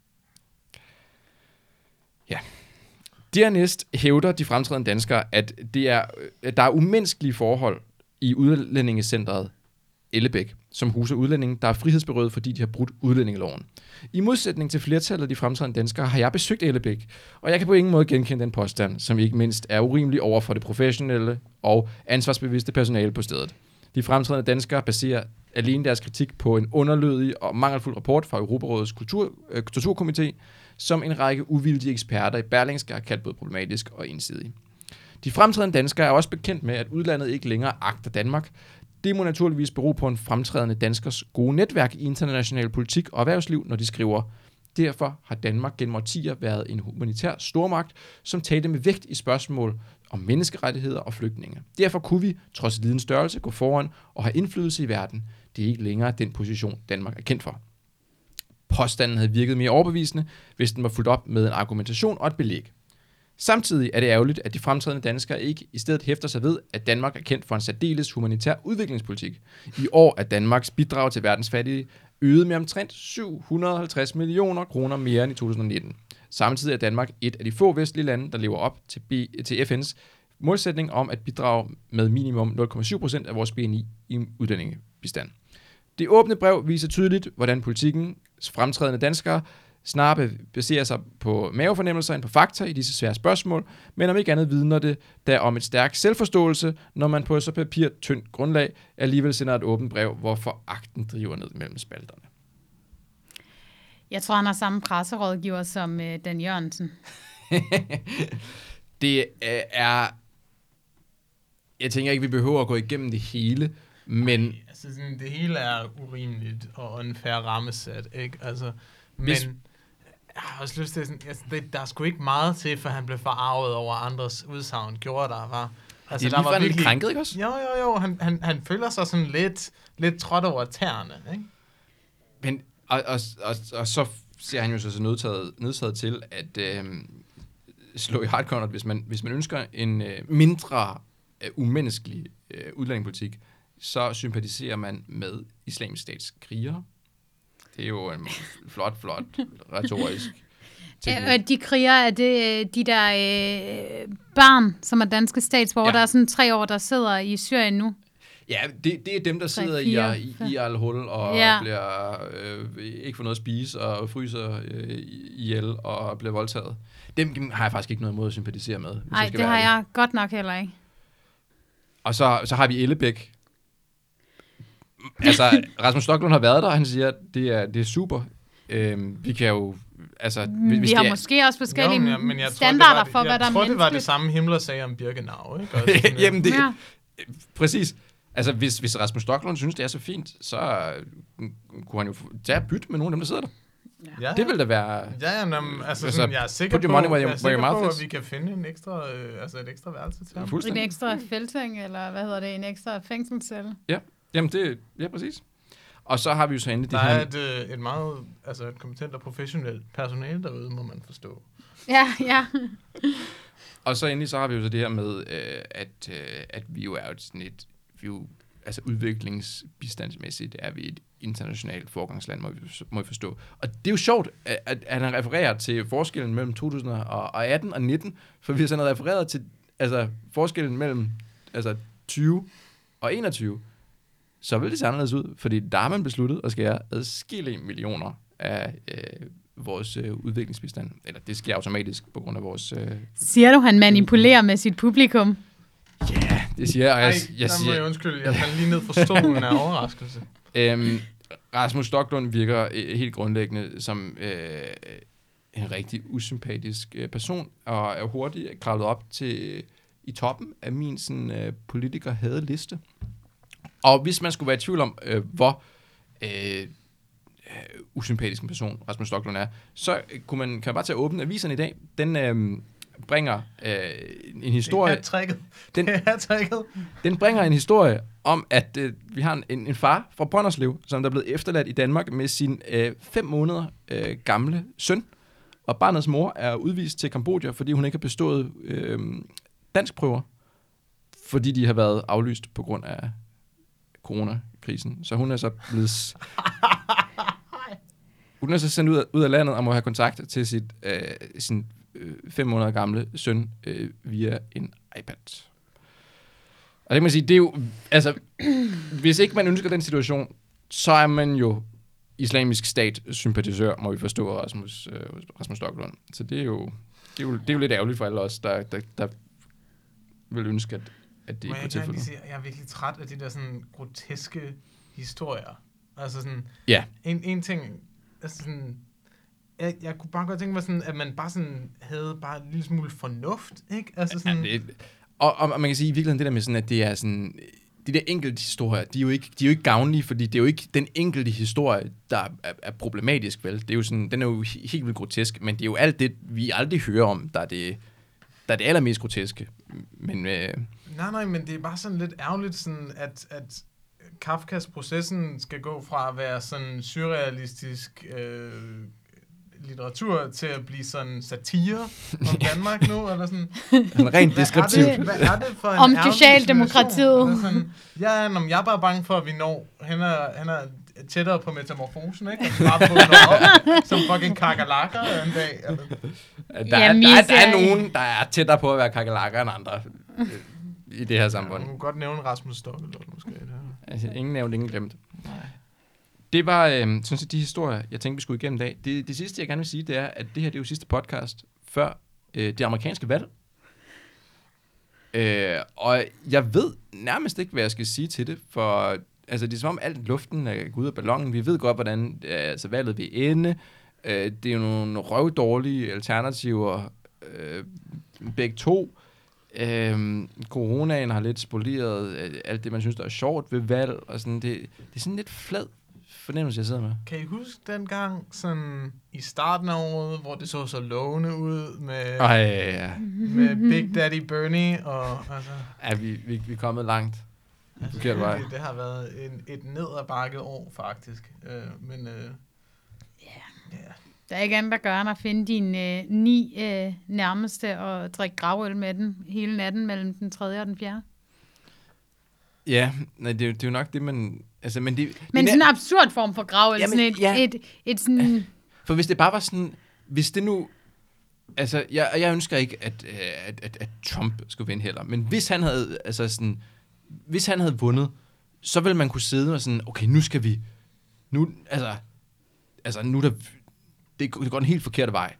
Ja. Dernæst hævder de fremtrædende danskere, at, det er, at der er umenneskelige forhold i udlændingecentret Ellebæk, som huser udlændinge, der er frihedsberøvet, fordi de har brudt udlændingeloven. I modsætning til flertallet af de fremtrædende danskere har jeg besøgt Ellebæk, og jeg kan på ingen måde genkende den påstand, som ikke mindst er urimelig over for det professionelle og ansvarsbevidste personale på stedet. De fremtrædende danskere baserer alene deres kritik på en underlødig og mangelfuld rapport fra Europarådets kultur, øh, Torturkomité, som en række uvildige eksperter i Berlingske har kaldt både problematisk og ensidig. De fremtrædende danskere er også bekendt med, at udlandet ikke længere agter Danmark. Det må naturligvis bero på en fremtrædende danskers gode netværk i international politik og erhvervsliv, når de skriver, Derfor har Danmark gennem årtier været en humanitær stormagt, som talte med vægt i spørgsmål om menneskerettigheder og flygtninge. Derfor kunne vi, trods lidens størrelse, gå foran og have indflydelse i verden. Det er ikke længere den position, Danmark er kendt for. Påstanden havde virket mere overbevisende, hvis den var fulgt op med en argumentation og et belæg. Samtidig er det ærgerligt, at de fremtrædende danskere ikke i stedet hæfter sig ved, at Danmark er kendt for en særdeles humanitær udviklingspolitik. I år er Danmarks bidrag til verdens fattige øget med omtrent syv hundrede og halvtreds millioner kroner mere end i to tusind nitten. Samtidig er Danmark et af de få vestlige lande, der lever op til, B- til F N's målsætning om at bidrage med minimum nul komma syv procent af vores B N I i udlændingebistand. Det åbne brev viser tydeligt, hvordan politikens fremtrædende danskere snarere baserer sig på mavefornemmelser end på fakta i disse svære spørgsmål, men om ikke andet vidner det der om et stærkt selvforståelse, når man på så papir tyndt grundlag alligevel sender et åbent brev, hvor foragten driver ned mellem spalterne. Jeg tror, han har samme presserådgiver som øh, Dan Jørgensen. Det øh, er... Jeg tænker ikke, vi behøver at gå igennem det hele, men... Ej, altså sådan, det hele er urimeligt og en fair rammesat, ikke? Altså, men Hvis... jeg har også lyst til sådan, altså, det, der er sgu ikke meget til, for han blev forarvet over andres udsagn, gjorde der, var. Altså, det er lige der var lidt krænket, ikke også? Jo, jo, jo, han, han, han føler sig sådan lidt, lidt trådt over tæerne, ikke? Men, og, og, og, og så ser han jo så, så nødtaget, nødtaget til at øh, slå i hardcornet, hvis man, hvis man ønsker en øh, mindre øh, umenneskelig øh, udlændingepolitik, så sympatiserer man med Islamisk Stats krigere. Det er jo en flot, flot retorisk Ja, og de kriger er det de der øh, børn, som er danske statsborgere, ja. Der er sådan tre år, der sidder i Syrien nu. Ja, det, det er dem, der tre, sidder fire, i, i, i al-hul og ja. bliver øh, ikke får noget at spise og fryser øh, ihjel og bliver voldtaget. Dem har jeg faktisk ikke noget imod at sympatisere med. Nej, det har ærlig. Jeg godt nok heller ikke. Og så, så har vi Ellebæk. Altså, Rasmus Stoklund har været der, og han siger, at det er, det er super. Øhm, vi kan jo... Altså, hvis vi har det er, måske også forskellige jo, men jeg, men jeg standarder tror, for, det, hvad der er Jeg tror, det var menneskeligt. det samme, Himmler sagde om Birkenau, ikke? Også sådan, Jamen, det... Ja. Præcis. Altså, hvis, hvis Rasmus Stoklund synes, det er så fint, så uh, kunne han jo tage at bytte med nogle af dem, der sidder der. ja, Det ville da være... Ja, ja, nem, altså, Altså, sådan, jeg er sikker put your på, money where jeg your- er sikker where your på mouth at is. vi kan finde en ekstra, øh, altså et ekstra værelse til ham. En Fuldstændig. ekstra felting, eller hvad hedder det, en ekstra fængselscelle. Ja, jamen det... Ja, præcis. Og så har vi jo så endelig Der det her... er et, øh, et meget altså et kompetent og professionelt personale derude, må man forstå. Ja, ja. Og så endelig så har vi jo så det her med, øh, at, øh, at vi jo er jo sådan et... Vi jo, altså udviklingsbistandsmæssigt er vi et internationalt forgangsland, må vi, må vi forstå. Og det er jo sjovt, at, at, at han refererer til forskellen mellem to tusind atten og nitten, for hvis han har refereret til altså, forskellen mellem altså, tyve og enogtyve, så vil det se anderledes ud, fordi der har man besluttet at skære adskillige millioner af øh, vores øh, udviklingsbistand. Eller det sker automatisk på grund af vores... Øh, Siger du, han manipulerer med sit publikum? Ja, yeah, det siger jeg. Og jeg, Ej, jeg der siger, må jeg undskylde, jeg faldt lige ned fra stolen af overraskelse. Øhm, Rasmus Stoklund virker øh, helt grundlæggende som øh, en rigtig usympatisk øh, person, og er hurtigt kravlet op til i toppen af min sådan, øh, politiker-hadeliste. Og hvis man skulle være i tvivl om, øh, hvor øh, usympatisk en person Rasmus Stoklund er, så øh, kunne man, kan man bare tage åbne aviserne i dag. Den øh, bringer øh, en historie... Det er tricket. Den, Det er tricket. Den bringer en historie om, at øh, vi har en, en far fra Brønderslev, som der er blevet efterladt i Danmark med sin øh, fem måneder øh, gamle søn. Og barnets mor er udvist til Kambodja, fordi hun ikke har bestået øh, danskprøver, fordi de har været aflyst på grund af coronakrisen. Så hun er så blevet... Hun er så sendt ud af, ud af landet og må have kontakt til sit, øh, sin øh, fem måneder gamle søn øh, via en iPad. Og det kan man sige, det er jo, altså, hvis ikke man ønsker den situation, så er man jo islamisk stat-sympatisør, må vi forstå, Rasmus, øh, Rasmus Stoklund. Så det er, jo, det, er jo, det er jo lidt ærgerligt for alle os, der, der, der vil ønske, at, at det Må ikke var jeg ikke tilfældet. sige, jeg er virkelig træt af de der sådan groteske historier. Altså sådan, Ja. en, en ting, altså sådan, jeg, jeg kunne bare godt tænke mig sådan, at man bare sådan havde bare en lille smule fornuft, ikke? Altså sådan, Ja, det, og, og man kan sige i virkeligheden det der med sådan, at det er sådan, de der enkelte historier, de er jo ikke, de er jo ikke gavnlige, fordi det er jo ikke den enkelte historie, der er, er problematisk, vel? Det er jo sådan, den er jo helt vildt grotesk, men det er jo alt det, vi aldrig hører om, der er det, der er det allermest groteske. Men, øh... Nej, nej, men det er bare sådan lidt ærgerligt, sådan at, at Kafkas processen skal gå fra at være sådan surrealistisk øh, litteratur til at blive sådan satire om Danmark nu, eller sådan. En rent deskriptiv. Hvad er det, hvad er det for en om ærgerlig socialdemokratiet. sådan, ja, når jeg er bare bange for, at vi når, han er, han er tættere på metamorfosen, ikke? Og bare på op, som fucking kakalakker en dag. Eller. Der, der, Jamen, der, der, så- der er nogen, der er tættere på at være kakalakker end andre øh, i det her samfund. Ja, man kunne godt nævne Rasmus Stokkelund, måske. Det her. Altså, ingen nævnt, ingen glemt. Nej. Det var øh, sådan set de historier, jeg tænkte, vi skulle igennem i dag. Det, det sidste, jeg gerne vil sige, det er, at det her det er jo sidste podcast før øh, det amerikanske valg. Øh, og jeg ved nærmest ikke, hvad jeg skal sige til det, for altså, det er som om alt luften er gået ud af ballonen. Vi ved godt, hvordan øh, altså, valget vil ende. Øh, det er jo nogle røvdårlige alternativer, øh, begge to. Øhm, coronaen har lidt spoleret øh, alt det, man synes, der er sjovt ved valg, og sådan, det, det er sådan lidt flad fornemmelse, jeg sidder med. Kan I huske dengang, sådan i starten af året, hvor det så så lovende ud med, Ej, ja, med Big Daddy Bernie, og altså... ja vi, vi, vi er kommet langt. altså Forkert vej. det, det har været en, et nedadbakket år, faktisk. Øh, men øh, Ja. Der er ikke andet, der gør, end at finde dine øh, ni øh, nærmeste og drikke gravøl med den hele natten mellem den tredje og den fjerde. Ja, nej, det, er jo- det er jo nok det, man... Altså, men det, Men det sådan en er, absurd form for gravøl. Jamen, Sådan et, ja. et, et sådan... for hvis det bare var sådan... Hvis det nu... Altså, jeg, jeg ønsker ikke, at, øh, at, at, at Trump skulle vinde heller. Men hvis han havde... Altså sådan... Hvis han havde vundet, så ville man kunne sidde og sådan... Okay, nu skal vi... Nu... Altså... Altså, nu er der... Det, det går den helt forkerte vej.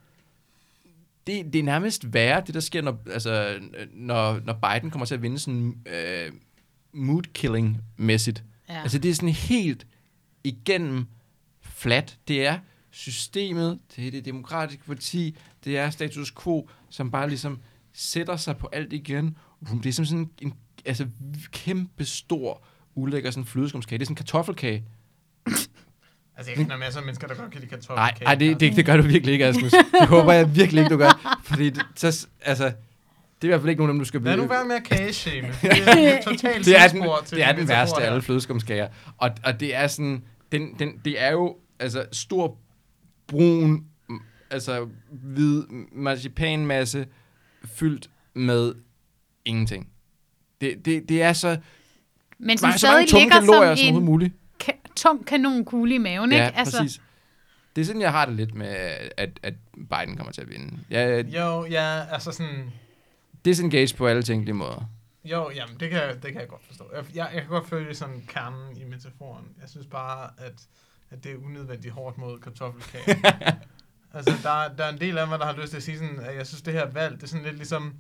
Det, det er nærmest værre, det der sker, når, altså, når, når Biden kommer til at vinde sådan øh, mood-killing-mæssigt. Ja. Altså, det er sådan helt igennem flat. Det er systemet, det er det demokratiske parti, det er status quo, som bare ligesom sætter sig på alt igen. Det er som sådan en altså, kæmpe stor, ulækker sådan flødeskumskage. Det er sådan en kartoffelkage. altså, jeg kender masser af mennesker, der godt kan lide kartoffelkage. Nej, ej, det, det, det gør du virkelig ikke, Asmus. Det håber jeg virkelig ikke, du gør. Fordi det, så, altså, det er i hvert fald ikke nogen af dem, du skal Lad blive. nu være med at kageshame. Det er totalt Det er den, sidespor til det er din den metafor værste af her. alle flødeskumskager. Og, og det er sådan, den, den, det er jo altså stor brun, m- altså hvid marcipanmasse fyldt med ingenting. Det, det, det er så, Men som så mange stadig tunge ligger kalorier som som overhovedet en muligt. ka- tung kanonkugle i maven, Ja, ikke? Altså, præcis. Det er sådan, jeg har det lidt med, at, at Biden kommer til at vinde. Jeg, Jo, ja, altså sådan... disengage på alle tænkelige måder. Jo, jamen, det kan, det kan jeg godt forstå. Jeg, jeg, jeg kan godt følge sådan kernen i metaforen. Jeg synes bare, at, at det er unødvendigt hårdt mod kartoffelkage. altså, der, der er en del af mig, der har lyst til at sige sådan, at jeg synes, det her valg, det er sådan lidt ligesom,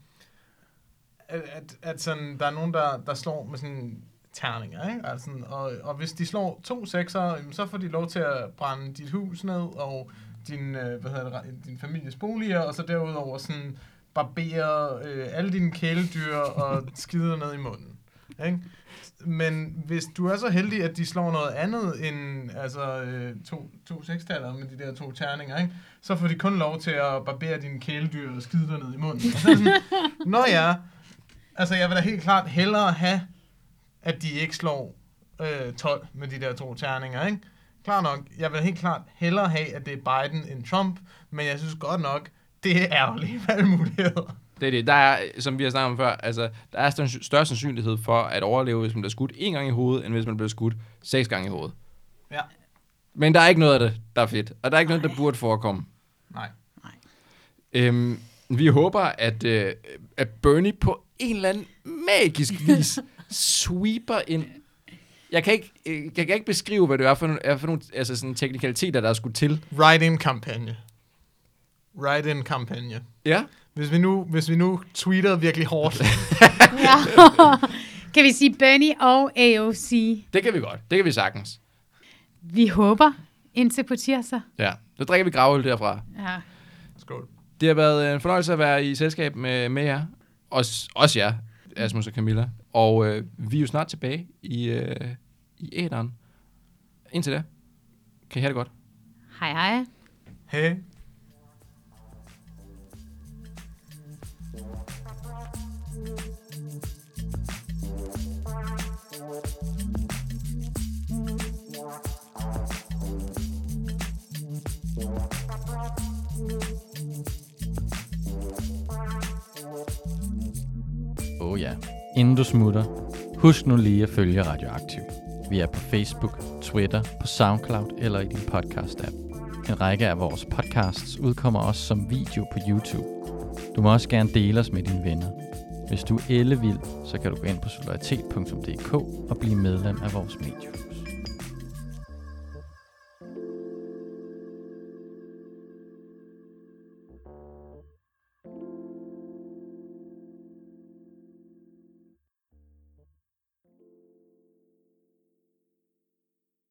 at, at, at sådan, der er nogen, der, der slår med sådan terninger, ikke? Altså, og, og hvis de slår to sekser, så får de lov til at brænde dit hus ned, og din, øh, hvad hedder det, din families boliger, og så derudover sådan barbere øh, alle dine kæledyr og skider ned i munden. Ikke? Men hvis du er så heldig, at de slår noget andet end altså, øh, to, to sekstaller med de der to terninger, ikke? Så får de kun lov til at barbere dine kæledyr og skide dig ned i munden. Og så er det sådan, nå ja, altså jeg vil da helt klart hellere have, at de ikke slår øh, tolv med de der to terninger, ikke? Klar nok, jeg vil helt klart hellere have, at det er Biden end Trump, men jeg synes godt nok, det er ærgerlige valgmuligheder. Det er det. Der er, som vi har snakket om før, altså, der er større, større sandsynlighed for at overleve, hvis man bliver skudt en gang i hovedet, end hvis man bliver skudt seks gange i hovedet. Ja. Men der er ikke noget af det, der er fedt. Og der er ikke noget, der burde forekomme. Nej. Øhm, vi håber, at, øh, at Bernie på en eller anden magisk vis sweeper ind. Jeg kan ikke, øh, jeg kan ikke beskrive, hvad det er for nogle, er for nogle altså sådan teknikaliteter, der er skudt til. Write-in-kampagne. Write-in-kampagne. Ja. Hvis vi nu, hvis vi nu tweeter virkelig hårdt. ja. Kan vi sige Bernie og A O C? Det kan vi godt. Det kan vi sagtens. Vi håber indtil på tirsdag. Ja. Så drikker vi gravøl derfra. Ja. Skål. Det har været en fornøjelse at være i selskab med, med jer. Også, også jer. Asmus og Camilla. Og øh, vi er jo snart tilbage i, øh, i æderen. Indtil da, kan I have det godt. Hej hej. Hej. Oh ja. Inden du smutter, husk nu lige at følge Radioaktiv. Vi er på Facebook, Twitter, på SoundCloud eller i din podcast-app. En række af vores podcasts udkommer også som video på YouTube. Du må også gerne dele os med dine venner. Hvis du er ellevild, så kan du gå ind på solidaritet punktum d k og blive medlem af vores mediehus.